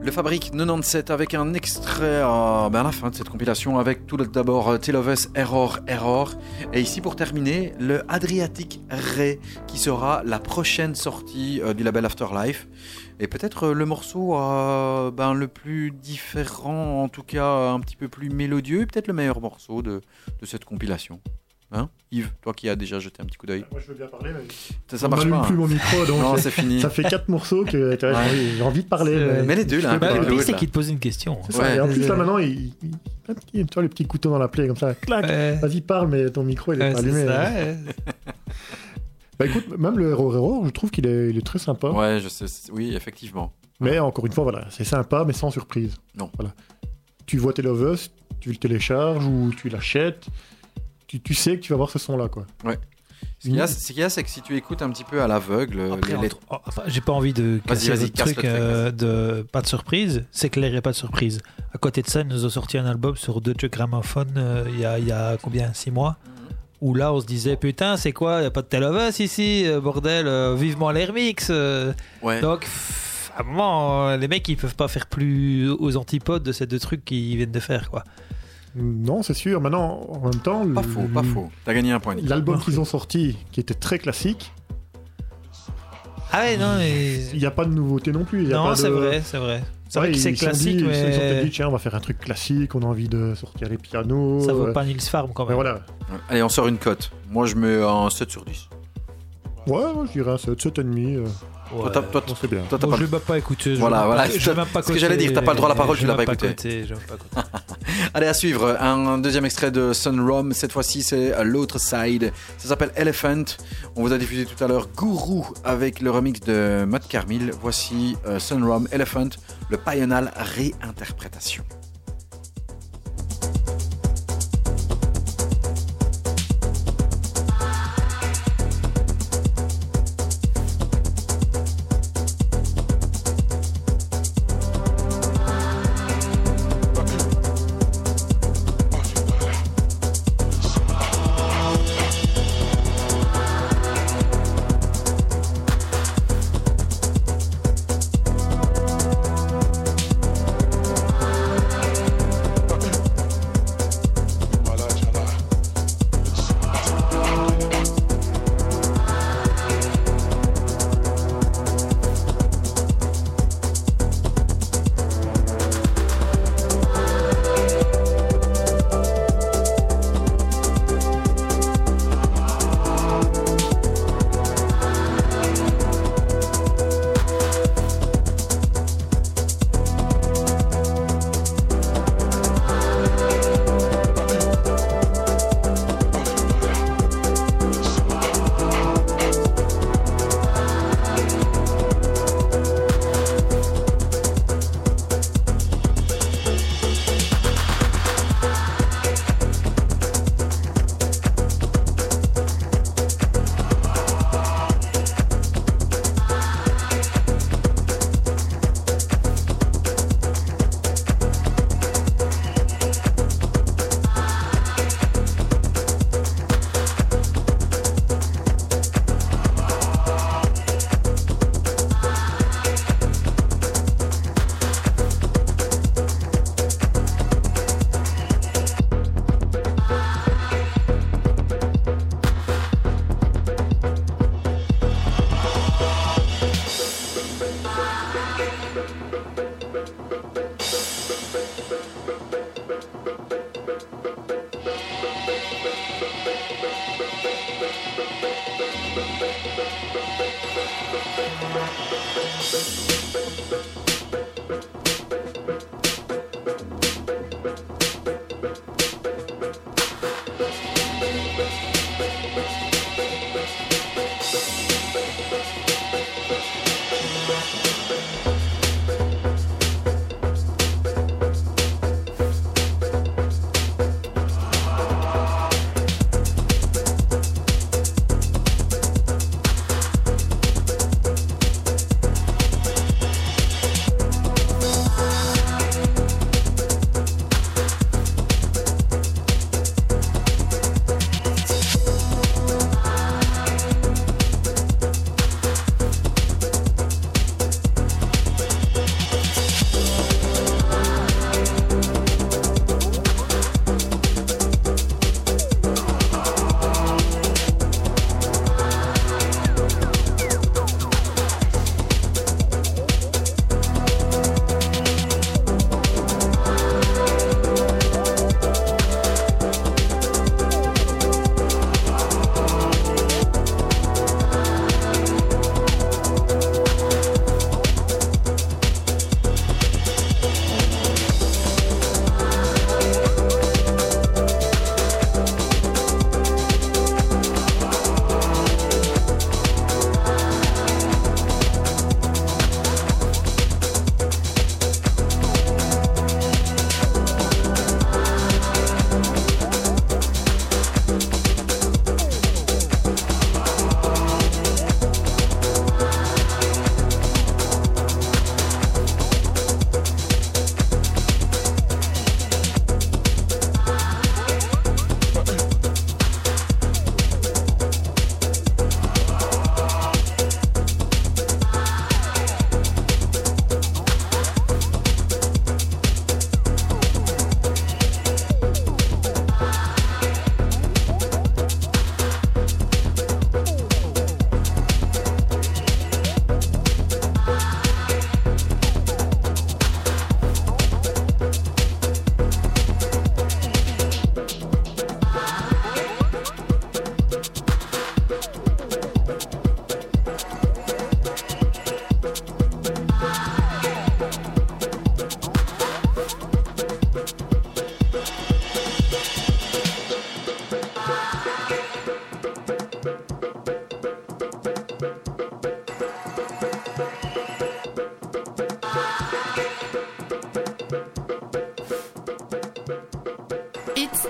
Le Fabrique quatre-vingt-dix-sept avec un extrait à, ben à la fin de cette compilation avec tout d'abord Tale of Us, Error, Error. Et ici pour terminer, le Adriatic Ray qui sera la prochaine sortie euh, du label Afterlife. Et peut-être le morceau euh, ben, le plus différent, en tout cas un petit peu plus mélodieux, et peut-être le meilleur morceau de, de cette compilation. Hein, Yves, toi qui as déjà jeté un petit coup d'œil. Moi je veux bien parler, mais ça, ça marche on pas. Plus hein. mon micro, donc non, c'est fini. Ça fait quatre morceaux que ouais. j'ai envie de parler. Mais, mais les deux là. Bah, les le deux, pire, c'est là. qu'il te pose une question. C'est ça. Ouais. Et en plus là maintenant, il, il, il, tu vois le petit couteau dans la plaie comme ça, clac. Ouais. Vas-y parle, mais ton micro il est Ouais, pas c'est allumé. ça, hein. ouais. Bah écoute, même le Error Error, je trouve qu'il est, il est très sympa. Ouais, je sais. Oui, effectivement. Mais encore une fois, voilà, c'est sympa, mais sans surprise. Non. Voilà. Tu vois Tale of Us, tu le télécharges ou tu l'achètes, tu, tu sais que tu vas voir ce son-là, quoi. Ouais. Ce qu'il y a, ce qu'il y a, c'est que si tu écoutes un petit peu à l'aveugle, Après, les, les... entre- oh, enfin, j'ai pas envie de Vas-y, casser vas-y, votre casse le truc truc, euh, de pas de surprise. C'est clair, il n'y a pas de surprise. À côté de ça, ils nous ont sorti un album sur Deutsche Grammophon euh, il y a il y a combien, six mois, où là on se disait putain c'est quoi, il y a pas de Tale of Us ici, euh, bordel, euh, vivement les remix. euh. Ouais. Donc pff, à un moment, euh, les mecs ils peuvent pas faire plus aux antipodes de ces deux trucs qu'ils viennent de faire, quoi. Non, c'est sûr. Maintenant, en même temps, Pas le- faux, pas faux. T'as gagné un point. Nick. l'album qu'ils ont sorti, qui était très classique, Ah ouais, non, mais... il n'y a pas de nouveauté non plus. Il y a non, pas de- c'est vrai, c'est vrai. C'est Ouais, vrai que c'est ils se sont classique, dit- Ils se sont mais dit, tiens, on va faire un truc classique, on a envie de sortir les pianos. ça vaut euh, pas Nils Farm quand mais même. voilà. Ouais. Allez, on sort une cote. Moi, je mets un sept sur dix. Ouais, moi, je dirais un sept, sept virgule cinq. Ouais. Toi, t'as- toi, Bon, c'est bien. toi, t'as Bon, pas je le- l'ai même pas écouté. je Voilà, l'ai même voilà. pas- je l'ai même pas Ce que j'allais coté, dire, t'as pas le droit à la parole, je tu l'as l'ai pas même écouté. coté, je l'ai même pas coté. Allez, à suivre, un deuxième extrait de Sunrom. Cette fois-ci, c'est l'autre side. Ça s'appelle Elephant. On vous a diffusé tout à l'heure Guru avec le remix de Matt Carmel. Voici euh, Sunrom Elephant, le Payonal réinterprétation. Elephant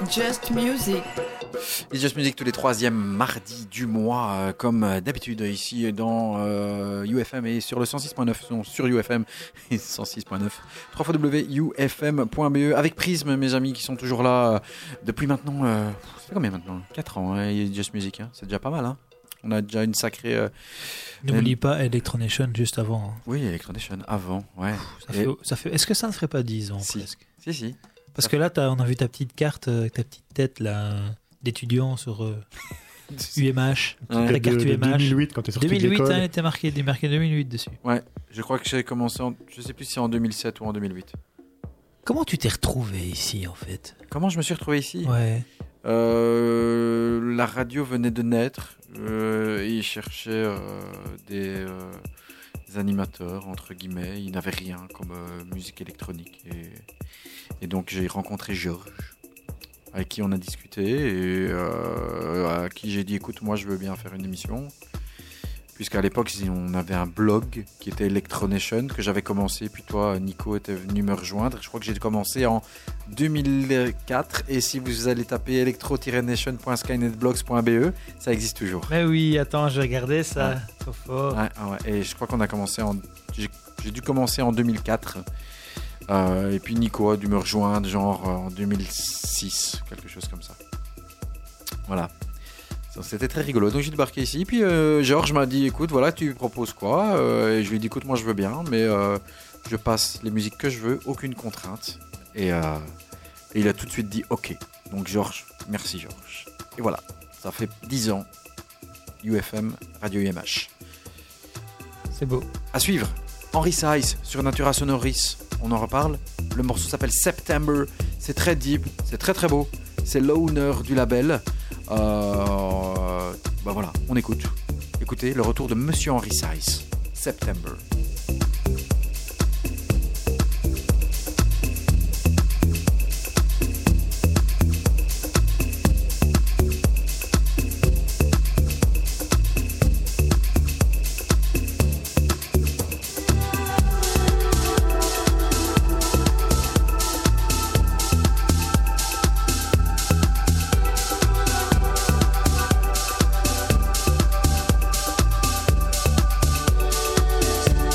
Just Music. It's Just Music tous les troisièmes mardis du mois, euh, comme d'habitude ici dans euh, U F M et sur le cent six point neuf, non, sur U F M et cent six point neuf, w w w point u f m point b e, avec Prism, mes amis qui sont toujours là euh, depuis maintenant, euh, ça fait combien maintenant quatre ans, hein, Just Music, hein, c'est déjà pas mal, hein. On a déjà une sacrée... Euh, N'oublie une... pas Electronation juste avant. Hein. Oui, Electronation avant, ouais. Ça et... fait, ça fait, est-ce que ça ne ferait pas dix ans si. presque? Si, si. Parce ça que là, t'as, on a vu ta petite carte, euh, ta petite tête là, d'étudiant sur euh, U M H. Ouais. La carte de, U M H. de deux mille huit, quand tu es sorti deux mille huit, de l'école. hein, était marqué, il est marqué deux mille huit dessus. Ouais, je crois que j'ai commencé en... Je sais plus si c'est en deux mille sept ou en deux mille huit. Comment tu t'es retrouvé ici en fait? Comment je me suis retrouvé ici? Ouais. Euh, la radio venait de naître euh, et ils cherchaient euh, des, euh, des animateurs, entre guillemets. Ils n'avaient rien comme euh, musique électronique. Et, et donc j'ai rencontré Georges, avec qui on a discuté et euh, à qui j'ai dit écoute, moi je veux bien faire une émission. Puisqu'à l'époque, on avait un blog qui était Electronation, que j'avais commencé, puis toi, Nico, était venu me rejoindre. Je crois que j'ai commencé en deux mille quatre, et si vous allez taper electro tiret nation point skynet blogs point b e, ça existe toujours. Mais oui, attends, je regardais ça. Ouais. Trop fort. Ouais, ouais, et je crois qu'on a commencé en... J'ai, j'ai dû commencer en deux mille quatre, euh, et puis Nico a dû me rejoindre, genre en deux mille six, quelque chose comme ça. Voilà. C'était très rigolo. Donc j'ai débarqué ici. Puis euh, Georges m'a dit écoute, voilà, tu proposes quoi euh, Et je lui ai dit écoute, moi je veux bien, mais euh, je passe les musiques que je veux, aucune contrainte. Et, euh, et il a tout de suite dit ok. Donc Georges, merci Georges. Et voilà, ça fait dix ans. U F M, Radio U M H. C'est beau. À suivre, Henry Size sur Natura Sonoris. On en reparle. Le morceau s'appelle September. C'est très deep, c'est très très beau. C'est l'owner du label. Euh, bah voilà, on écoute. Écoutez le retour de Monsieur Henry Size, September. September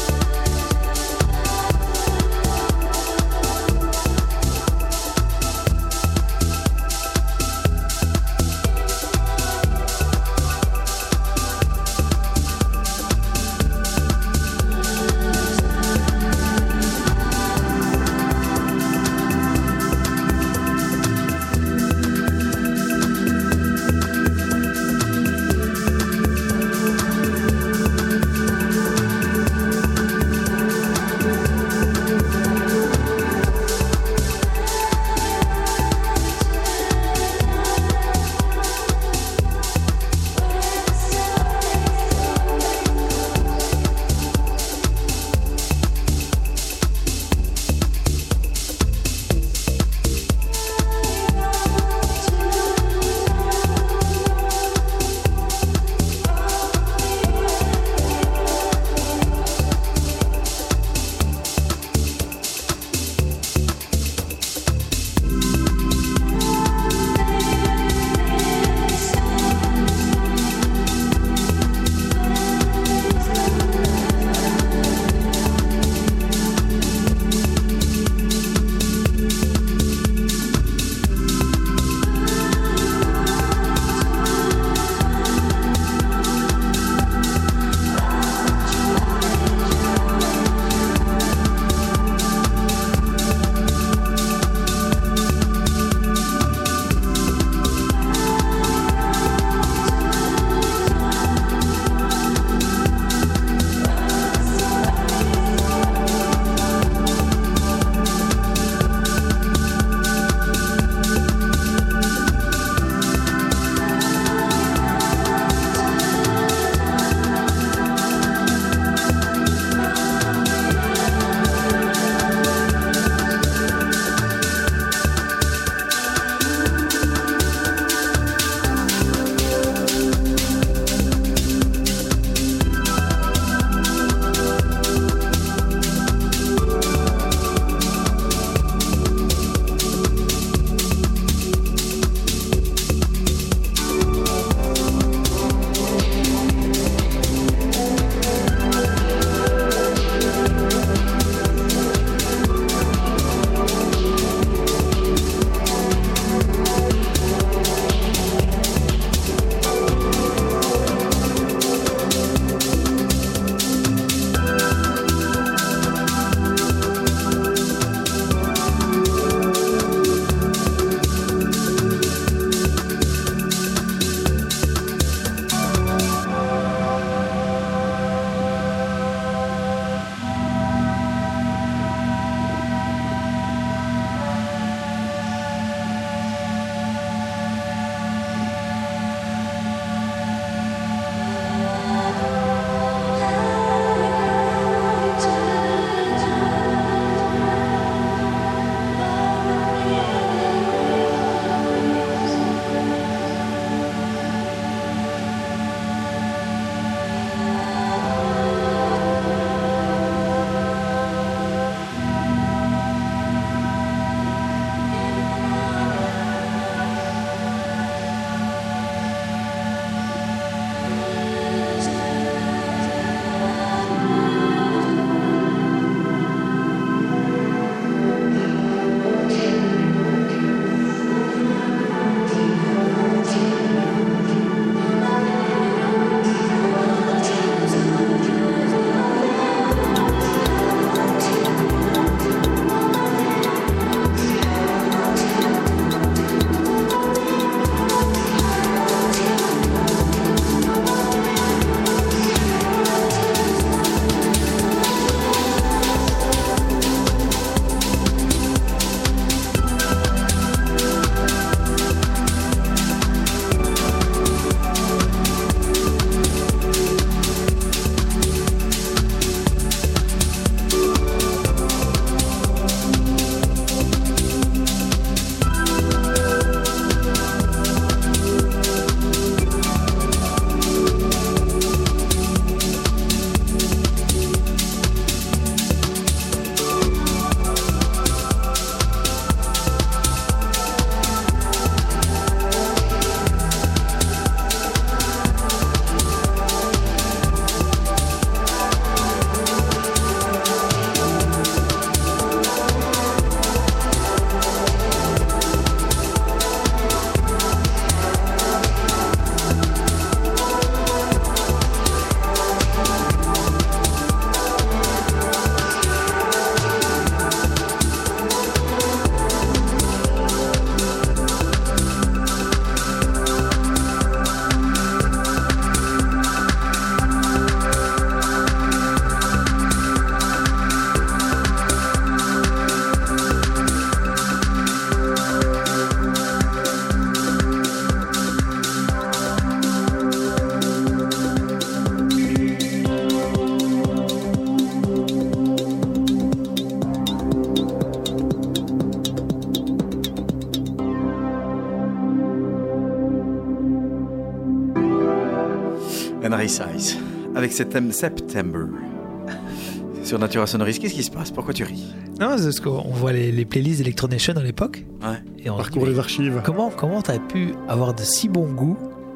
Canary Size, avec cet thème September. Sur Natura Sonoris, qu'est-ce qui se passe? Pourquoi tu ris? Non, c'est parce qu'on voit les, les playlists d'Electronation à l'époque. Ouais. Et on Parcours dit, les archives. Comment, comment t'as pu avoir de si bon goût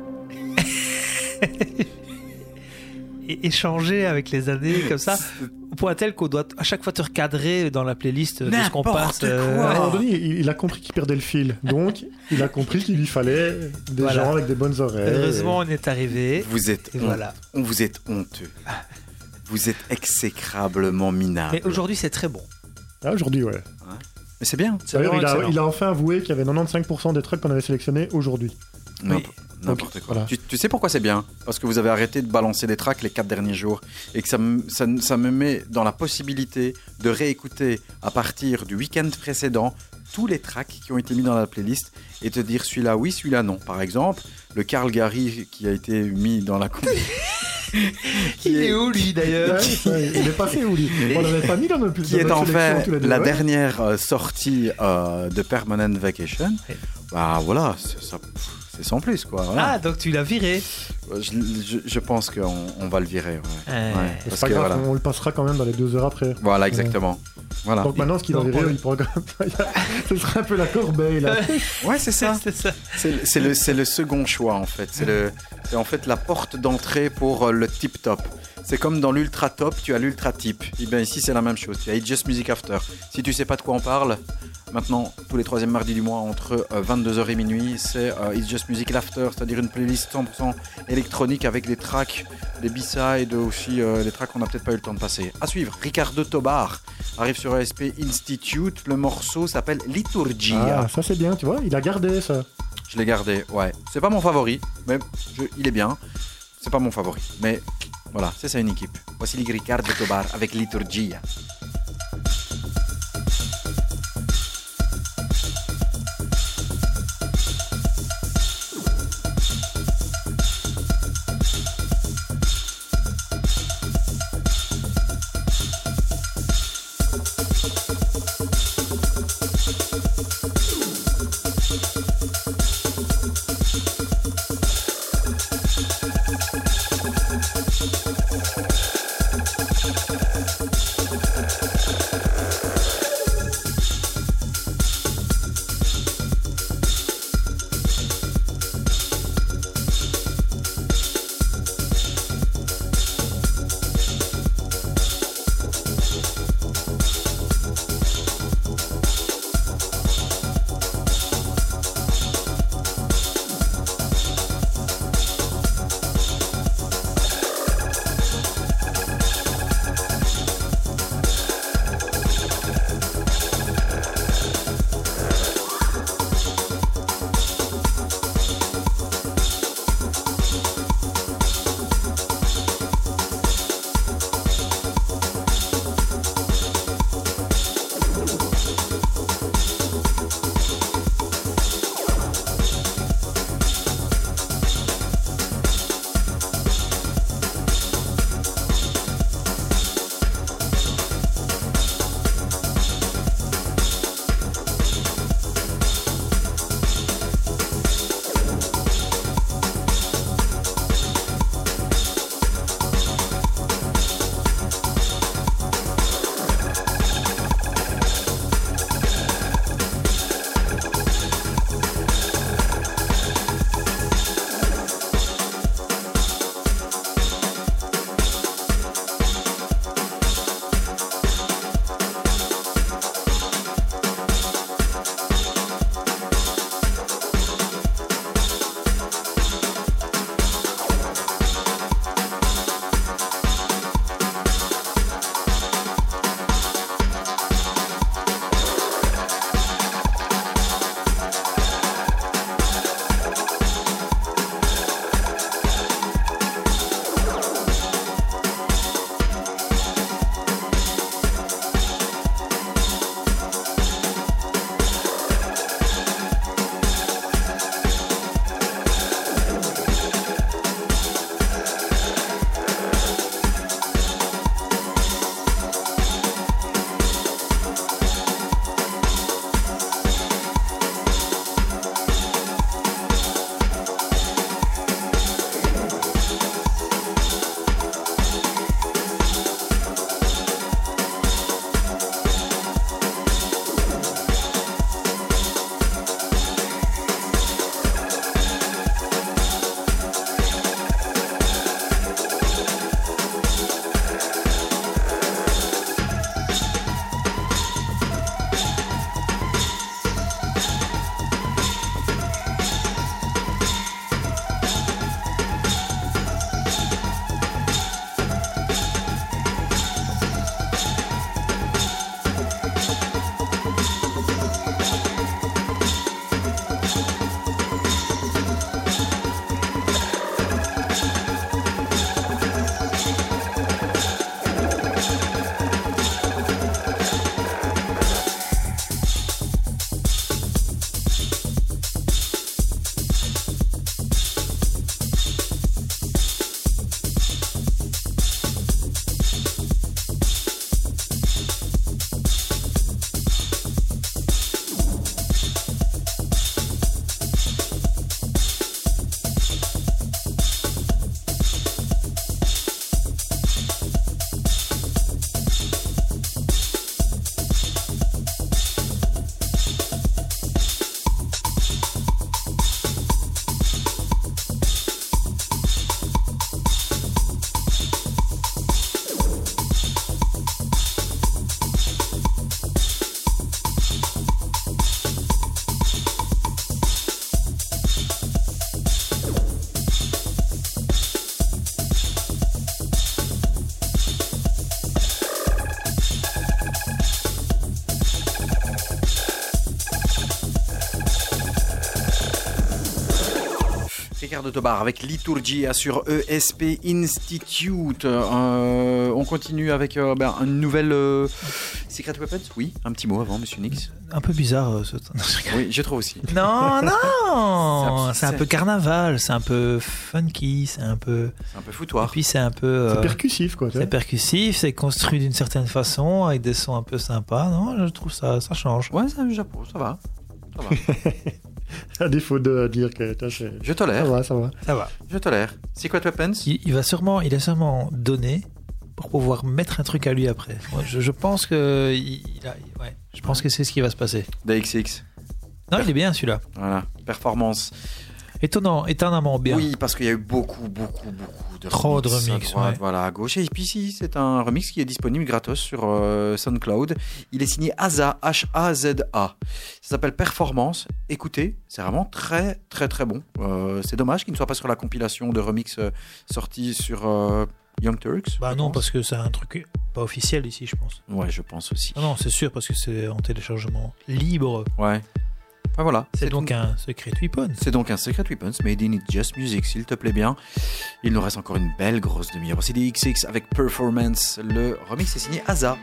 et échanger avec les années comme ça, au point tel qu'on doit à chaque fois te recadrer dans la playlist de ce qu'on passe. euh, À un moment donné, il, il a compris qu'il perdait le fil. Donc, il a compris qu'il lui fallait des Voilà. gens avec des bonnes oreilles. Heureusement, on est arrivé. Vous êtes, Et hon- voilà. on vous êtes honteux. Vous êtes exécrablement minable. Mais aujourd'hui, c'est très bon. Ah, aujourd'hui, ouais. Mais c'est bien. C'est D'ailleurs, vraiment il a, excellent. il a enfin avoué qu'il y avait quatre-vingt-quinze pour cent des tracks qu'on avait sélectionnés aujourd'hui. N'imp- Oui. N'importe Donc, quoi. voilà. Tu, tu sais pourquoi c'est bien? Parce que vous avez arrêté de balancer des tracks les quatre derniers jours et que ça, me- ça, ça me met dans la possibilité de réécouter à partir du week-end précédent tous les tracks qui ont été mis dans la playlist et te dire celui-là oui, celui-là non. Par exemple, le Carl Gary qui a été mis dans la com- Il est où, lui, d'ailleurs Ouais, ouais, il est passé où lui? On l'avait pas mis dans notre qui est dans en notre sélection fait tous les deux, la ouais. dernière euh, sortie euh, de Permanent Vacation. Ouais. Bah voilà, c'est, ça- c'est sans plus quoi. Voilà. Ah, donc tu l'as viré. Je, je- je pense qu'on on va le virer. Ouais. Ouais. Ouais, C'est parce pas que grave, voilà. on le passera quand même dans les deux heures après. Voilà, exactement. Voilà. Donc maintenant, ce qu'il a Donc, viré, on- il pourra quand même pas- Ce sera un peu la corbeille là. Ouais, c'est ça. C'est ça. C'est, c'est le, c'est le second choix en fait. C'est, le, c'est en fait la porte d'entrée pour euh, le tip top. C'est comme dans l'ultra top, tu as l'ultra tip. Et bien ici c'est la même chose. Tu as It's Just Music After. Si tu sais pas de quoi on parle, maintenant tous les troisièmes mardis du mois entre euh, vingt-deux heures et minuit, c'est euh, It's Just Music After, c'est-à-dire une playlist cent pour cent électronique avec des tracks, des B-sides aussi, euh, des tracks qu'on n'a peut-être pas eu le temps de passer. À suivre, Ricardo Tobar arrive sur A S P Institute. Le morceau s'appelle Liturgia. Ah, ça c'est bien, tu vois, il a gardé ça. Je l'ai gardé, ouais. C'est pas mon favori, mais je- il est bien. C'est pas mon favori, mais voilà, c'est ça une équipe. Voici les Ricardo Tobar avec Liturgia. Thank Ricardo Tobar avec Liturgia sur E S P Institute. Euh, on continue avec euh, ben, une nouvelle euh, Secret Weapons. Oui, un petit mot avant, Monsieur Nix. Un peu bizarre. Euh, ce... Oui, je trouve aussi. Non, non, c'est c'est un, un peu carnaval, c'est un peu funky, c'est un peu. C'est un peu foutoir. Et puis c'est un peu. Euh... C'est percussif, quoi. C'est percussif, c'est construit d'une certaine façon avec des sons un peu sympas. Non, je trouve ça, ça change. Ouais, ça, j'approuve, ça va. Ça va. À défaut de dire que c'est... Je tolère. Ça va, ça va. Ça va. Je tolère. Secret Weapons. Il, il va sûrement, il a sûrement donné pour pouvoir mettre un truc à lui après. Moi, je, je pense que, il, il a, ouais, je pense que c'est ce qui va se passer. D X X. Non, il est bien celui-là. Voilà. Performance. Étonnant, étonnamment bien. Oui, parce qu'il y a eu beaucoup, beaucoup, beaucoup de Trop remix de remix, à droite, ouais. voilà, à gauche. Et puis ici, c'est un remix qui est disponible gratos sur euh, SoundCloud. Il est signé Haza, H A Z A. Ça s'appelle Performance. Écoutez, c'est vraiment très, très, très bon. Euh, c'est dommage qu'il ne soit pas sur la compilation de remix euh, sortie sur euh, Young Turks. Bah non, pense. parce que c'est un truc pas officiel ici, je pense. Ouais, je pense aussi. Non, non, c'est sûr, parce que c'est en téléchargement libre. Ouais. Ah, voilà. C'est, c'est donc tout. Un Secret Weapons. C'est donc un Secret Weapons made in It's Just Music, s'il te plaît bien. Il nous reste encore une belle grosse demi-heure. C'est D X X avec Performance. Le remix est signé Haza.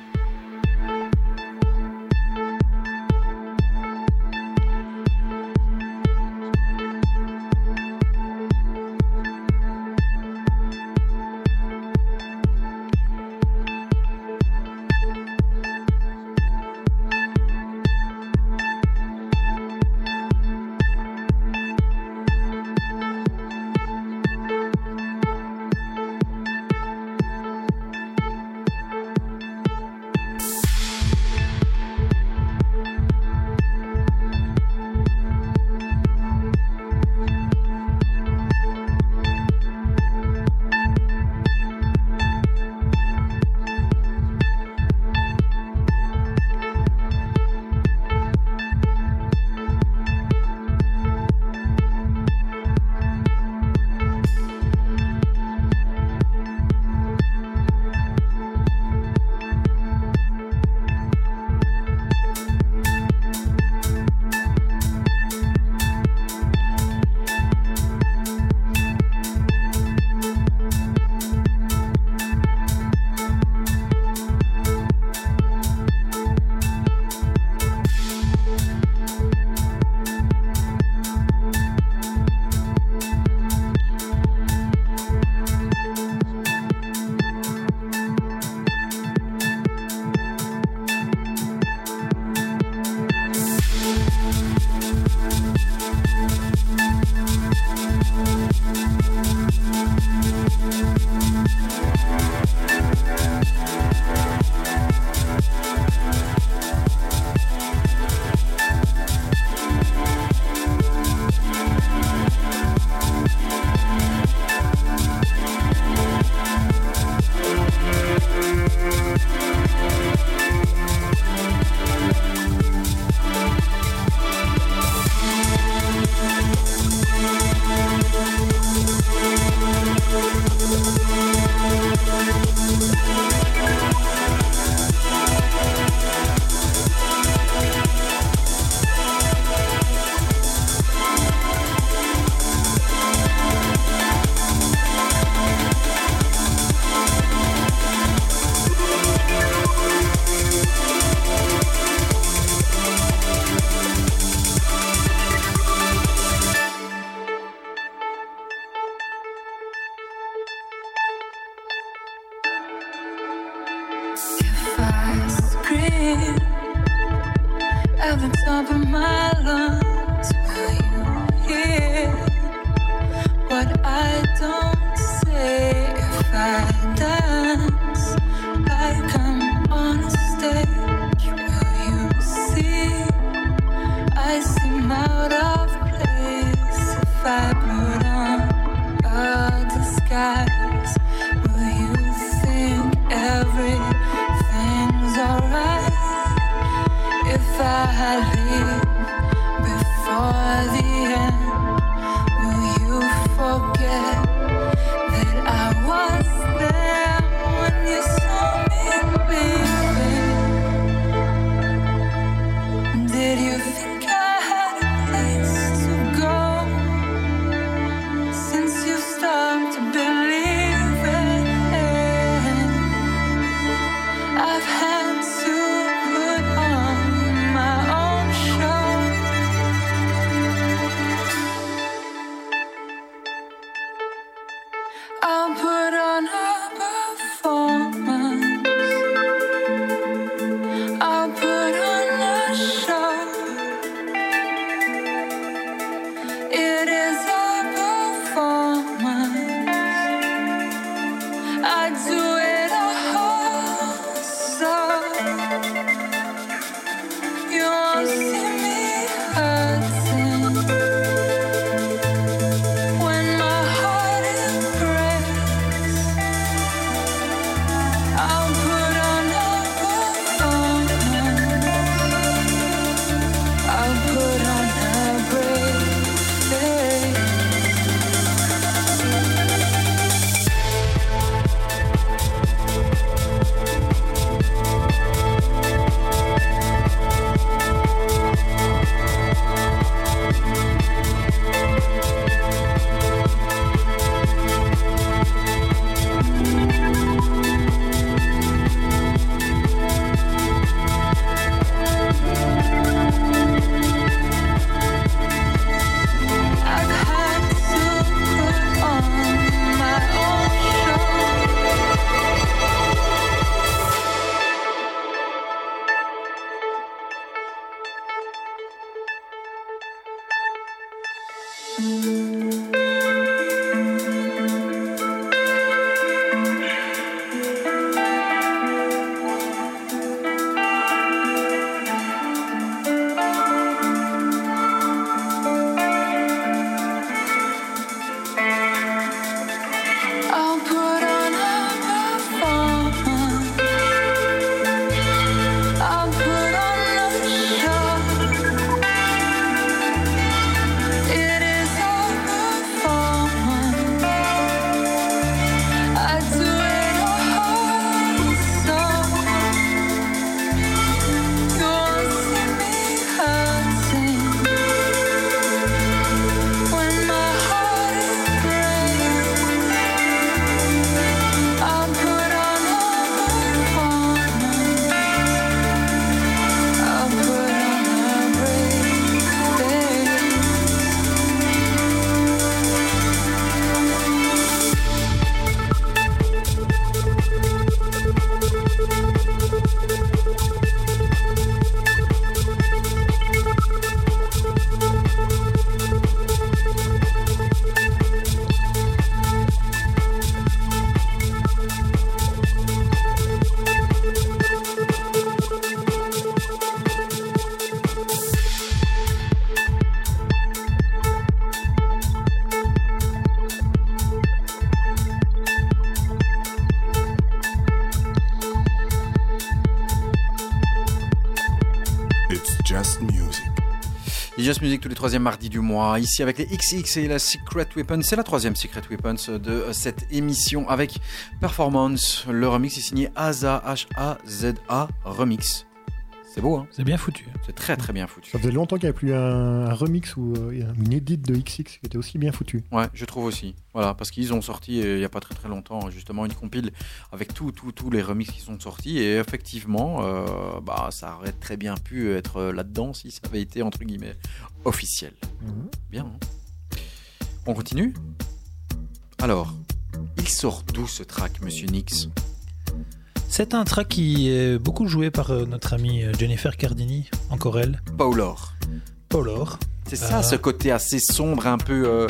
At the top of my lungs, will you hear what I don't say? If I dance like I'm on a stage, will you see I seem out of place? If I put on a disguise, will you think everything's alright? If I leave before the end, will you forget that I was there when you saw me leaving? Did you think I had a place to go? I'll put on a performance. I'll put on a show. It is a performance. I do it all whole soul. You won't see me hurting when my heart is breaking. I'll put on a performance. I'll put on a brave face. It's just music. Just Music tous les troisièmes mardis du mois, ici avec les X X et la Secret Weapons. C'est la troisième Secret Weapons de cette émission avec Performance. Le remix est signé Haza, H A Z A Remix. C'est beau, hein? C'est bien foutu. C'est très très bien foutu. Ça faisait longtemps qu'il n'y avait plus un, un remix ou euh, une édite de X X qui était aussi bien foutu. Ouais, je trouve aussi. Voilà, parce qu'ils ont sorti euh, il n'y a pas très très longtemps justement une compile avec tous tout, tout les remixes qui sont sortis et effectivement, euh, bah, ça aurait très bien pu être là-dedans si ça avait été entre guillemets officiel. Mhm. Bien. Hein. On continue. Alors, il sort d'où ce track, Monsieur Nix? C'est un track qui est beaucoup joué par euh, notre amie euh, Jennifer Cardini, encore elle, Paulor. Paulor. C'est ça, Euh. ce côté assez sombre, un peu euh,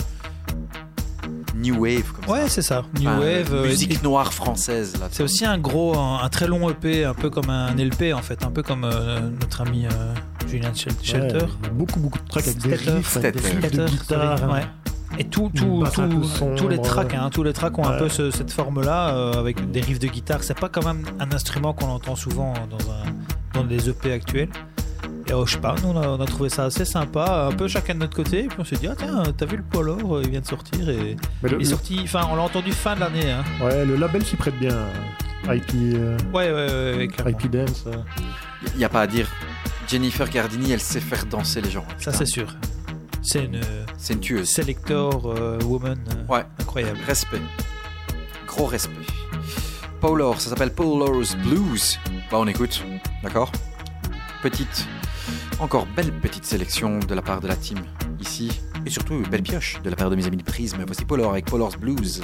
new wave comme Ouais, ça. c'est ça. New Enfin, Wave. euh, musique et- noire française. Là, C'est aussi un gros, un, un très long E P, un peu comme un L P en fait, un peu comme euh, notre ami euh, Julian Shel- Shelter. Ouais, il y a beaucoup beaucoup de tracks avec des Stetter. riffs, avec des Stetter. riffs de Stetter, guitare. sorry, ouais. Et tout, tout, basse un peu tout- sombre, tous les tracks, ouais. hein, tous les tracks ont un Ouais. peu ce- cette forme-là, euh, avec des riffs de guitare. C'est pas quand même un instrument qu'on entend souvent dans, un, dans les E P actuels. Et oh, je sais pas, nous on a, on a trouvé ça assez sympa, un peu chacun de notre côté. Et puis on s'est dit, ah tiens, t'as vu le Polar, euh, il vient de sortir. Et Mais le, il est sorti, enfin, on l'a entendu fin de l'année. Hein. le- ouais, le label s'y prête bien. I P, euh, Ouais, ouais, ouais, ouais, clairement. I P Dance. euh. Il n'y a pas à dire. Jennifer Cardini, elle sait faire danser les gens. Ça, Putain, c'est sûr. C'est une euh, C'est une tueuse. selector euh, woman euh, Ouais. incroyable. Respect. Gros respect. Paulor, ça s'appelle Paulor's Blues. Bah, on écoute. D'accord? Petite. Encore belle petite sélection de la part de la team ici. Et surtout, belle pioche de la part de mes amis de Prisme. Voici Paulor avec Paulor's Blues.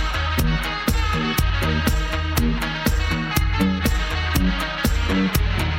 I'll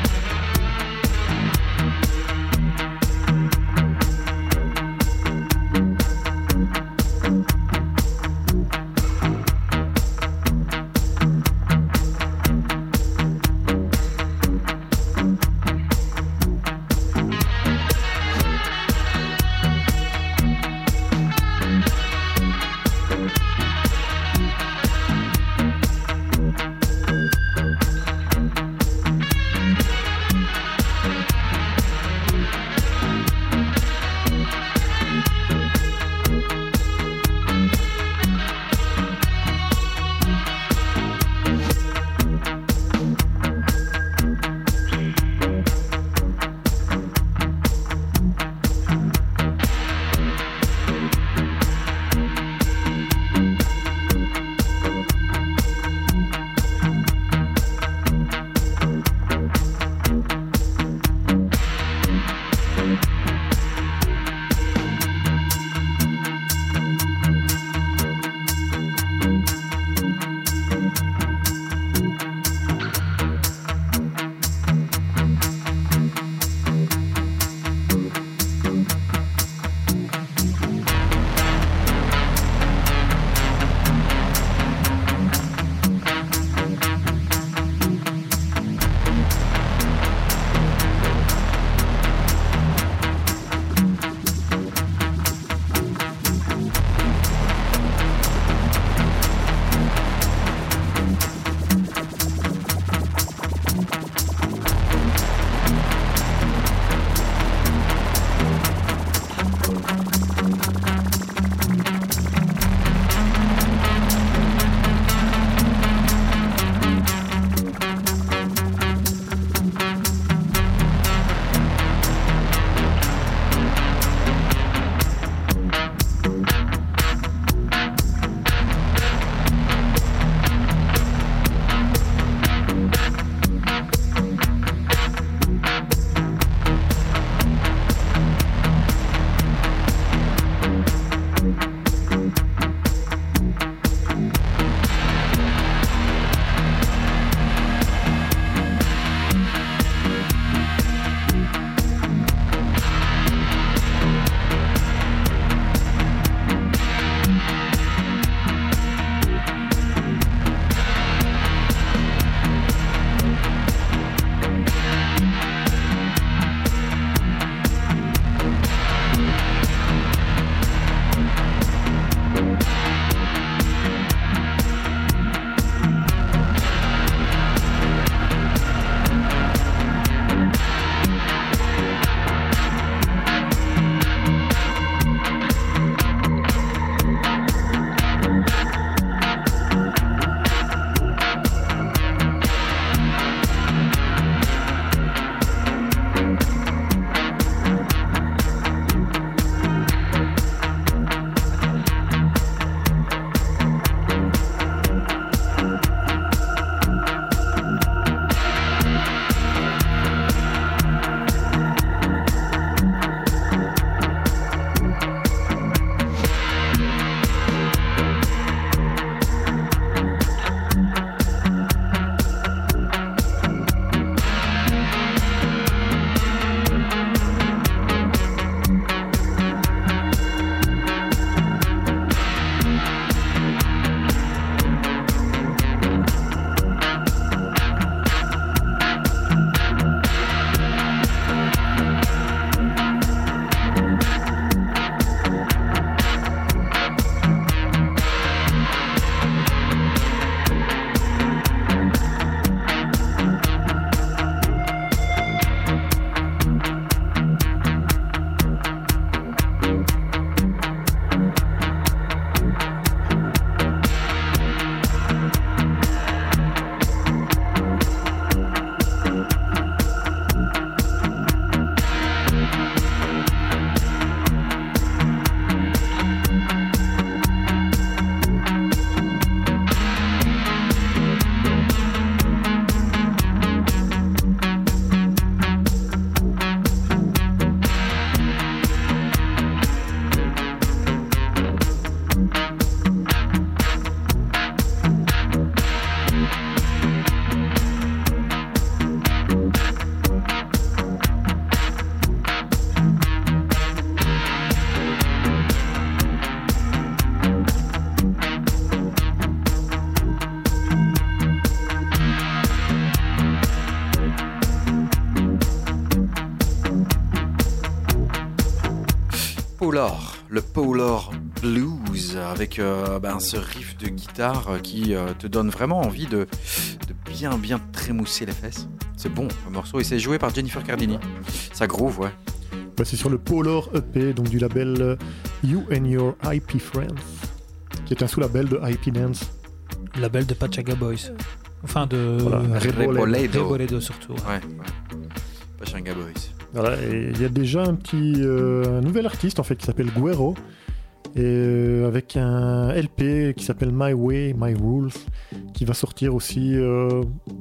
Polar, le Polar Blues, avec euh, ben, ce riff de guitare qui euh, te donne vraiment envie de, de bien bien trémousser les fesses. C'est bon le morceau et c'est joué par Jennifer Cardini. Ça groove, ouais. Bah, c'est sur le Polar E P, donc du label euh, You and Your I P Friends, qui est un sous-label de I P Dance. Label de Pachaga Boys. Enfin de Voilà, Reboledo. Reboledo surtout. Ouais. Ouais, ouais. Pachanga Boys. Voilà, et il y a déjà un petit euh, un nouvel artiste en fait qui s'appelle Guero, et euh, avec un L P qui s'appelle My Way, My Rules, qui va sortir aussi euh,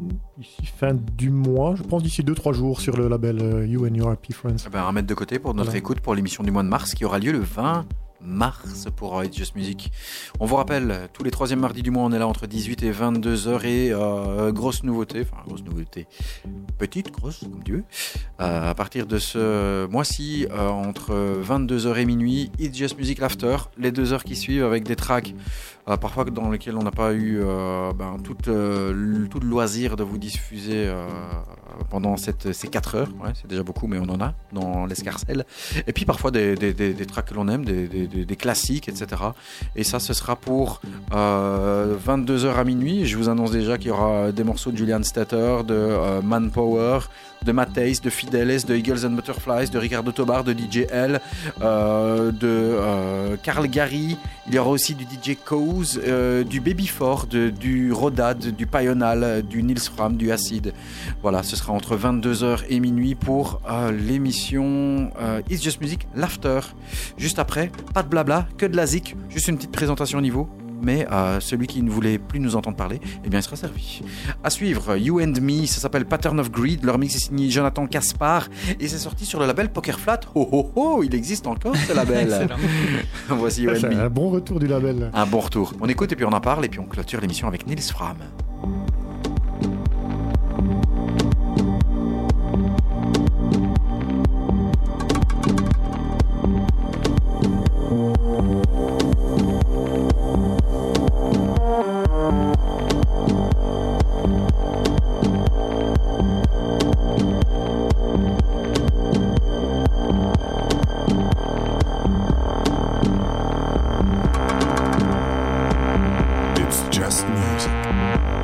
ici fin du mois, je pense d'ici deux trois jours sur le label euh, You and Your I P Friends. Eh ben, à mettre de côté pour notre Voilà. écoute pour l'émission du mois de mars qui aura lieu le vingt mars pour It's Just Music. On vous rappelle, tous les troisièmes mardis du mois, on est là entre dix-huit et vingt-deux heures et euh, grosse nouveauté, enfin grosse nouveauté, petite, grosse, comme tu veux. Euh, à partir de ce mois-ci, euh, entre vingt-deux heures et minuit, It's Just Music l'After, les deux heures qui suivent avec des tracks euh, parfois dans lesquels on n'a pas eu euh, ben, tout, euh, le, tout le loisir de vous diffuser euh, pendant cette, ces quatre heures. Ouais, c'est déjà beaucoup, mais on en a dans l'escarcelle. Et puis parfois des, des, des, des tracks que l'on aime, des, des, des, des classiques, et cetera. Et ça, ce sera pour euh, vingt-deux heures à minuit. Je vous annonce déjà qu'il y aura des morceaux de Julian Stater, de euh, Manpower, de Matthijs, de Fidelis, de Eagles and Butterflies, de Ricardo Tobar, de D J L, euh, de euh, Carl Gary. Il y aura aussi du D J Cause, euh, du Baby Ford, du Rodad, du Payonal, du Nils Fram, du Acid. Voilà, ce sera entre vingt-deux heures et minuit pour euh, l'émission euh, It's Just Music, l'After. Juste après, pas de blabla, que de la zik, juste une petite présentation au niveau. Mais euh, celui qui ne voulait plus nous entendre parler, eh bien, il sera servi. À suivre, You and Me, ça s'appelle Pattern of Greed. Leur mix est signé Jonathan Caspar et c'est sorti sur le label Poker Flat. Oh oh oh, il existe encore ce label. Voici You Ah, and c'est Me. un bon retour du label. Un bon retour. On écoute et puis on en parle et puis on clôture l'émission avec Nils Fram. It's just music.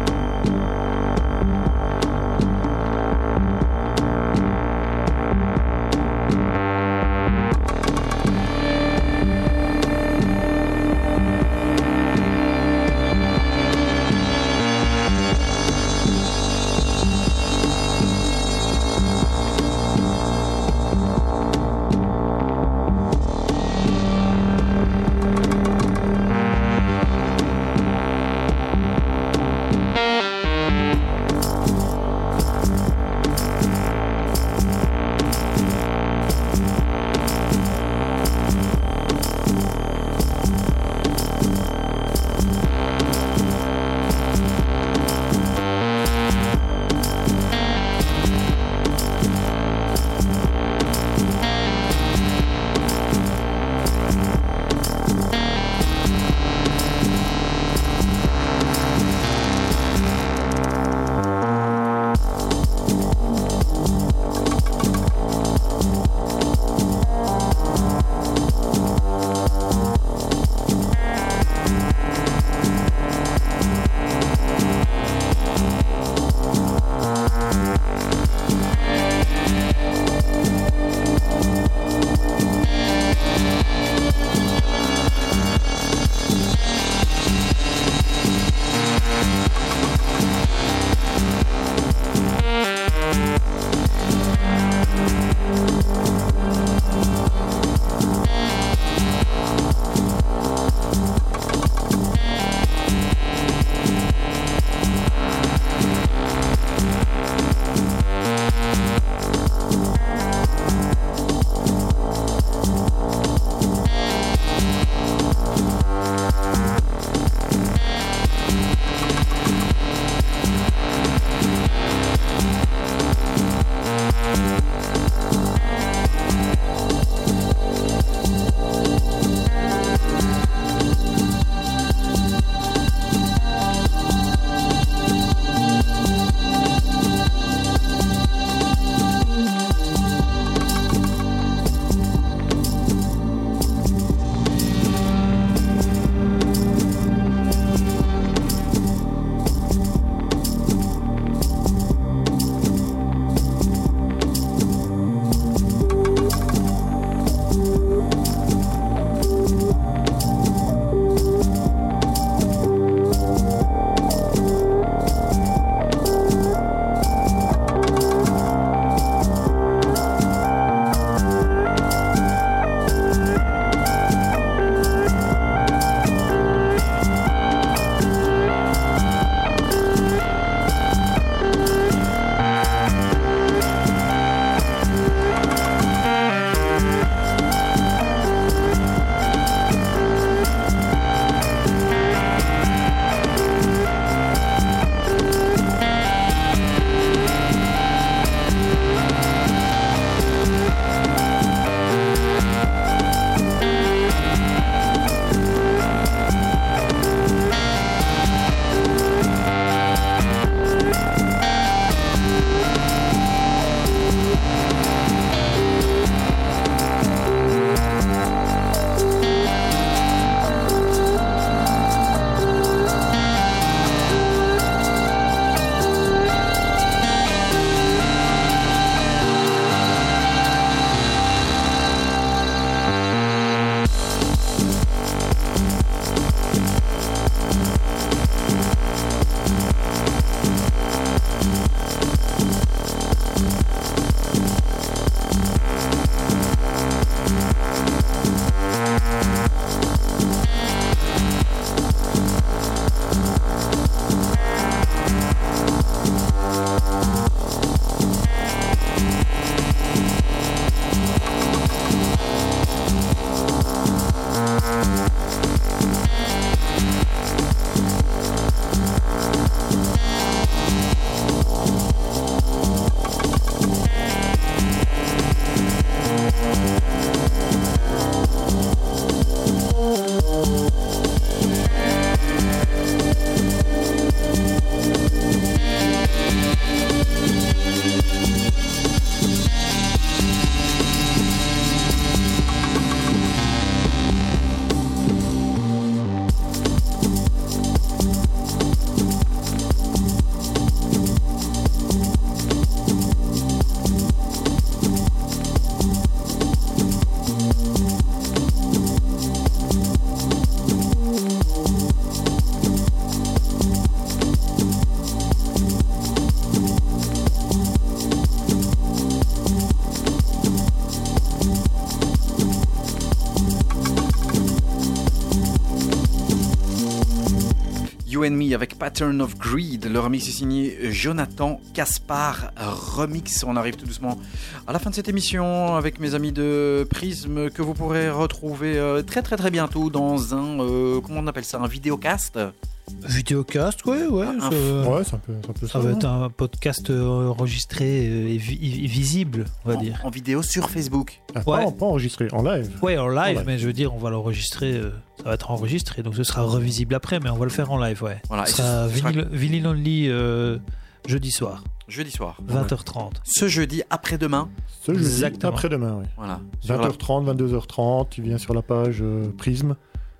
You and Me avec Pattern of Greed. Le remix est signé Jonathan Caspar Remix. On arrive tout doucement à la fin de cette émission avec mes amis de Prism que vous pourrez retrouver euh, très très très bientôt dans un, euh, comment on appelle ça, un vidéocast. Vidéocast, ouais, ouais. Un- ça, Ouais, c'est un peu, c'est un peu ça. ça va hein. être un podcast euh, enregistré euh, et vi- visible, on va en, dire. en vidéo sur Facebook. Ah, Ouais. pas, pas enregistré, en live. Ouais, en live, live. mais je veux dire, on va l'enregistrer, euh, ça va être enregistré, donc ce sera revisible après, mais on va le faire en live, ouais. Voilà, Ce et sera ce sera- Vinyl, Vinyl Only euh, jeudi soir, Jeudi soir. vingt heures trente. Ce jeudi après-demain. Ce jeudi, Exactement. après-demain, oui. Voilà. Sur vingt la heures trente, vingt-deux heures trente, tu viens sur la page euh, Prism,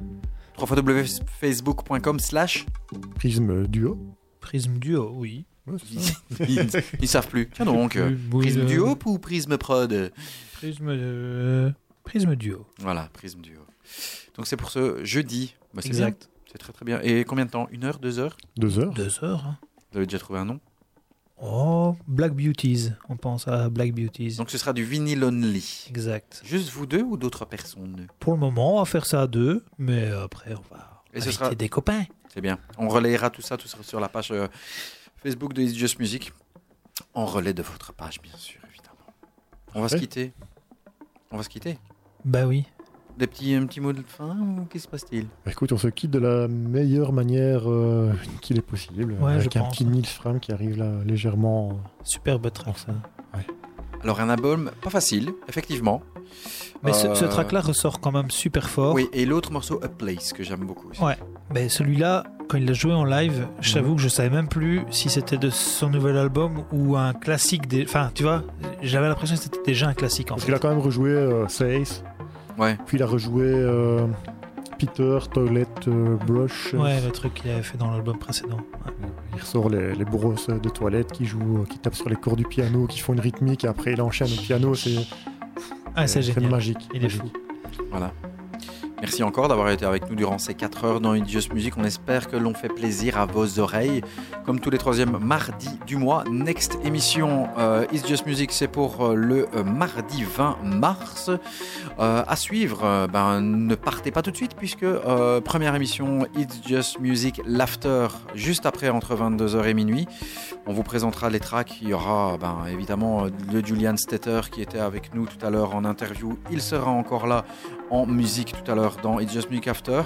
w w w point facebook point com slash Prism euh, Duo. Prism Duo, oui. Ouais, c'est ça. ils, ils savent plus. Tiens donc, euh, Oui, Prism euh, Duo ou Prism Prod? Prism, euh, Prism Duo. Voilà, Prism Duo. Donc c'est pour ce jeudi. Bah, c'est Exact. bien. C'est très très bien. Et combien de temps? Une heure, deux heures? Deux heures. Deux heures. Hein. Vous avez déjà trouvé un nom? Oh, Black Beauties. On pense à Black Beauties. Donc ce sera du vinyle only. Exact. Juste vous deux ou d'autres personnes? Pour le moment, on va faire ça à deux, mais après, on va Et ce inviter sera- des copains. C'est bien. On relayera tout ça, tout ça sur la page euh, Facebook de It's Just Music. En relais de votre page, bien sûr, évidemment. On va se Parfait. quitter. On va se quitter. Bah oui. Des petits, un petit mot de fin ou qu'est-ce qui se passe-t-il? Bah, écoute, on se quitte de la meilleure manière euh, qu'il est possible. Ouais, avec je un pense. petit Nils Fram qui arrive là légèrement Superbe track. en fond. Alors un album pas facile, effectivement. Mais ce, ce Euh, track-là ressort quand même super fort. Oui, et l'autre morceau, A Place, que j'aime beaucoup aussi. Ouais. Mais celui-là, quand il l'a joué en live, je t'avoue que je savais même plus si c'était de son nouvel album ou un classique. Des... Enfin, tu vois, j'avais l'impression que c'était déjà un classique en Parce fait. qu'il a quand même rejoué euh, Sace, Ouais. puis il a rejoué euh, Peter, Toilet euh, Brush. Ouais, le truc qu'il avait fait dans l'album précédent. Ouais. Il ressort les, les brosses de toilette qui jouent, qui tapent sur les cordes du piano, qui font une rythmique et après il enchaîne au piano. C'est Ah, c'est c'est génial. magique. Il est magique. fou. Voilà. Merci encore d'avoir été avec nous durant ces quatre heures dans It's Just Music. On espère que l'on fait plaisir à vos oreilles. Comme tous les troisièmes mardis du mois, next émission euh, It's Just Music, c'est pour euh, le euh, mardi vingt mars. Euh, à suivre, euh, ben, ne partez pas tout de suite puisque euh, première émission It's Just Music, l'after, juste après entre vingt-deux heures et minuit. On vous présentera les tracks. Il y aura ben, évidemment le Julian Stetter qui était avec nous tout à l'heure en interview. Il sera encore là en musique tout à l'heure dans It's Just Music After.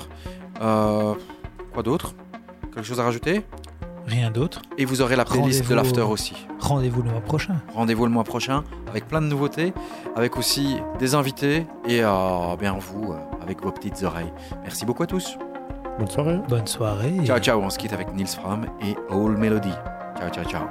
Euh, quoi d'autre? Quelque chose à rajouter? Rien d'autre. Et vous aurez la playlist de Rendez-vous- l'After aussi. Rendez-vous le mois prochain. Rendez-vous le mois prochain avec plein de nouveautés, avec aussi des invités et euh, bien vous euh, avec vos petites oreilles. Merci beaucoup à tous. Bonne soirée. Bonne soirée. Ciao ciao, on se quitte avec Nils Fram et Old Melody. Ciao ciao ciao.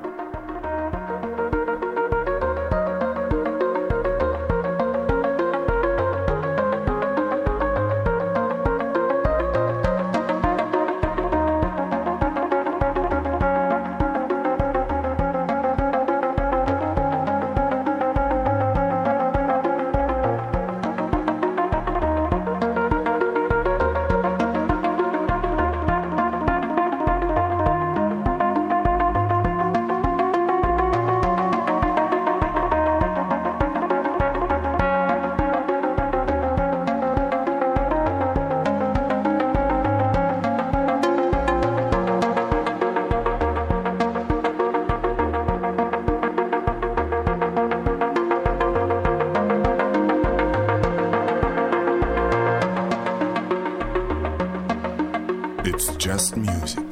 It's just music.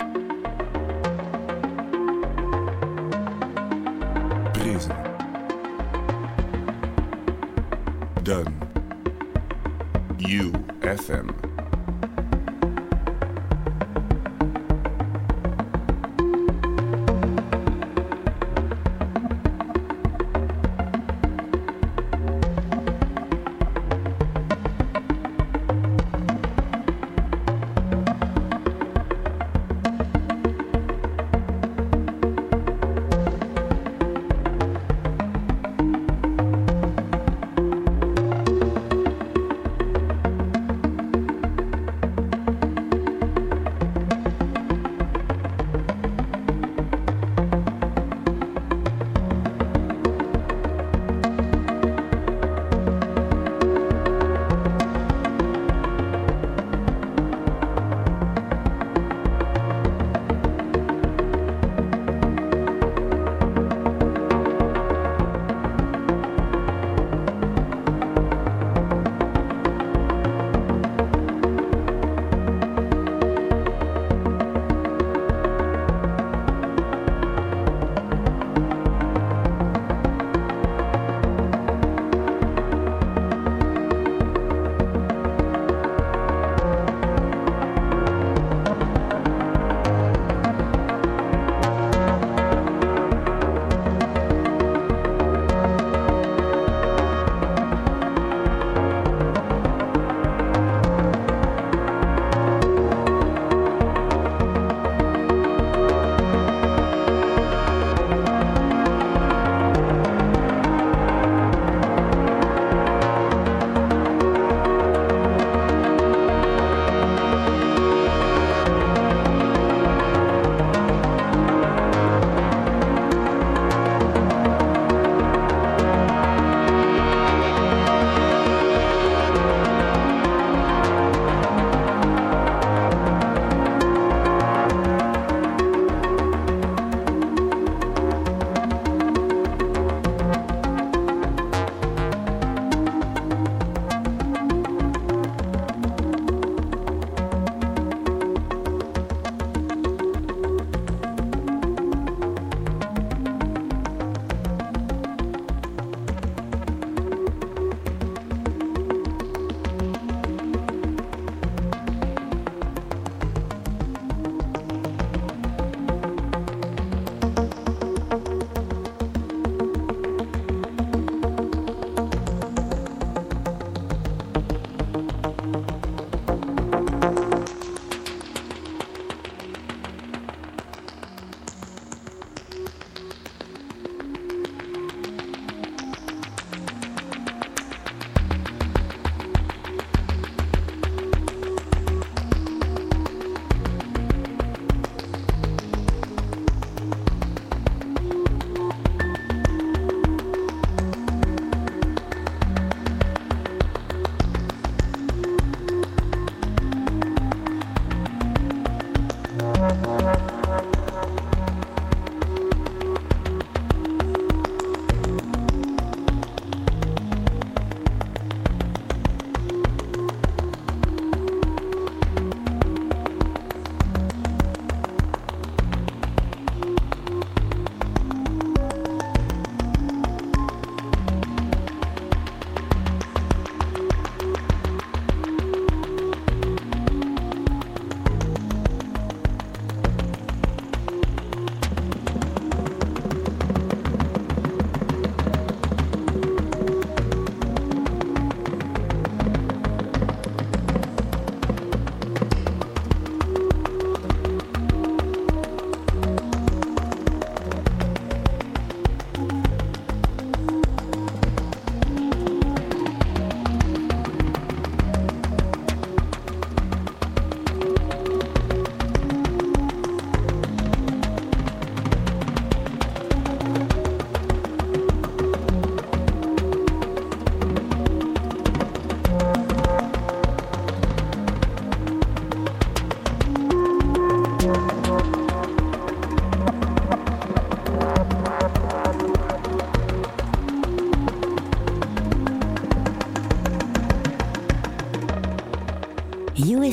Prism. Done. U F M.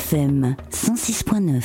F M cent six point neuf.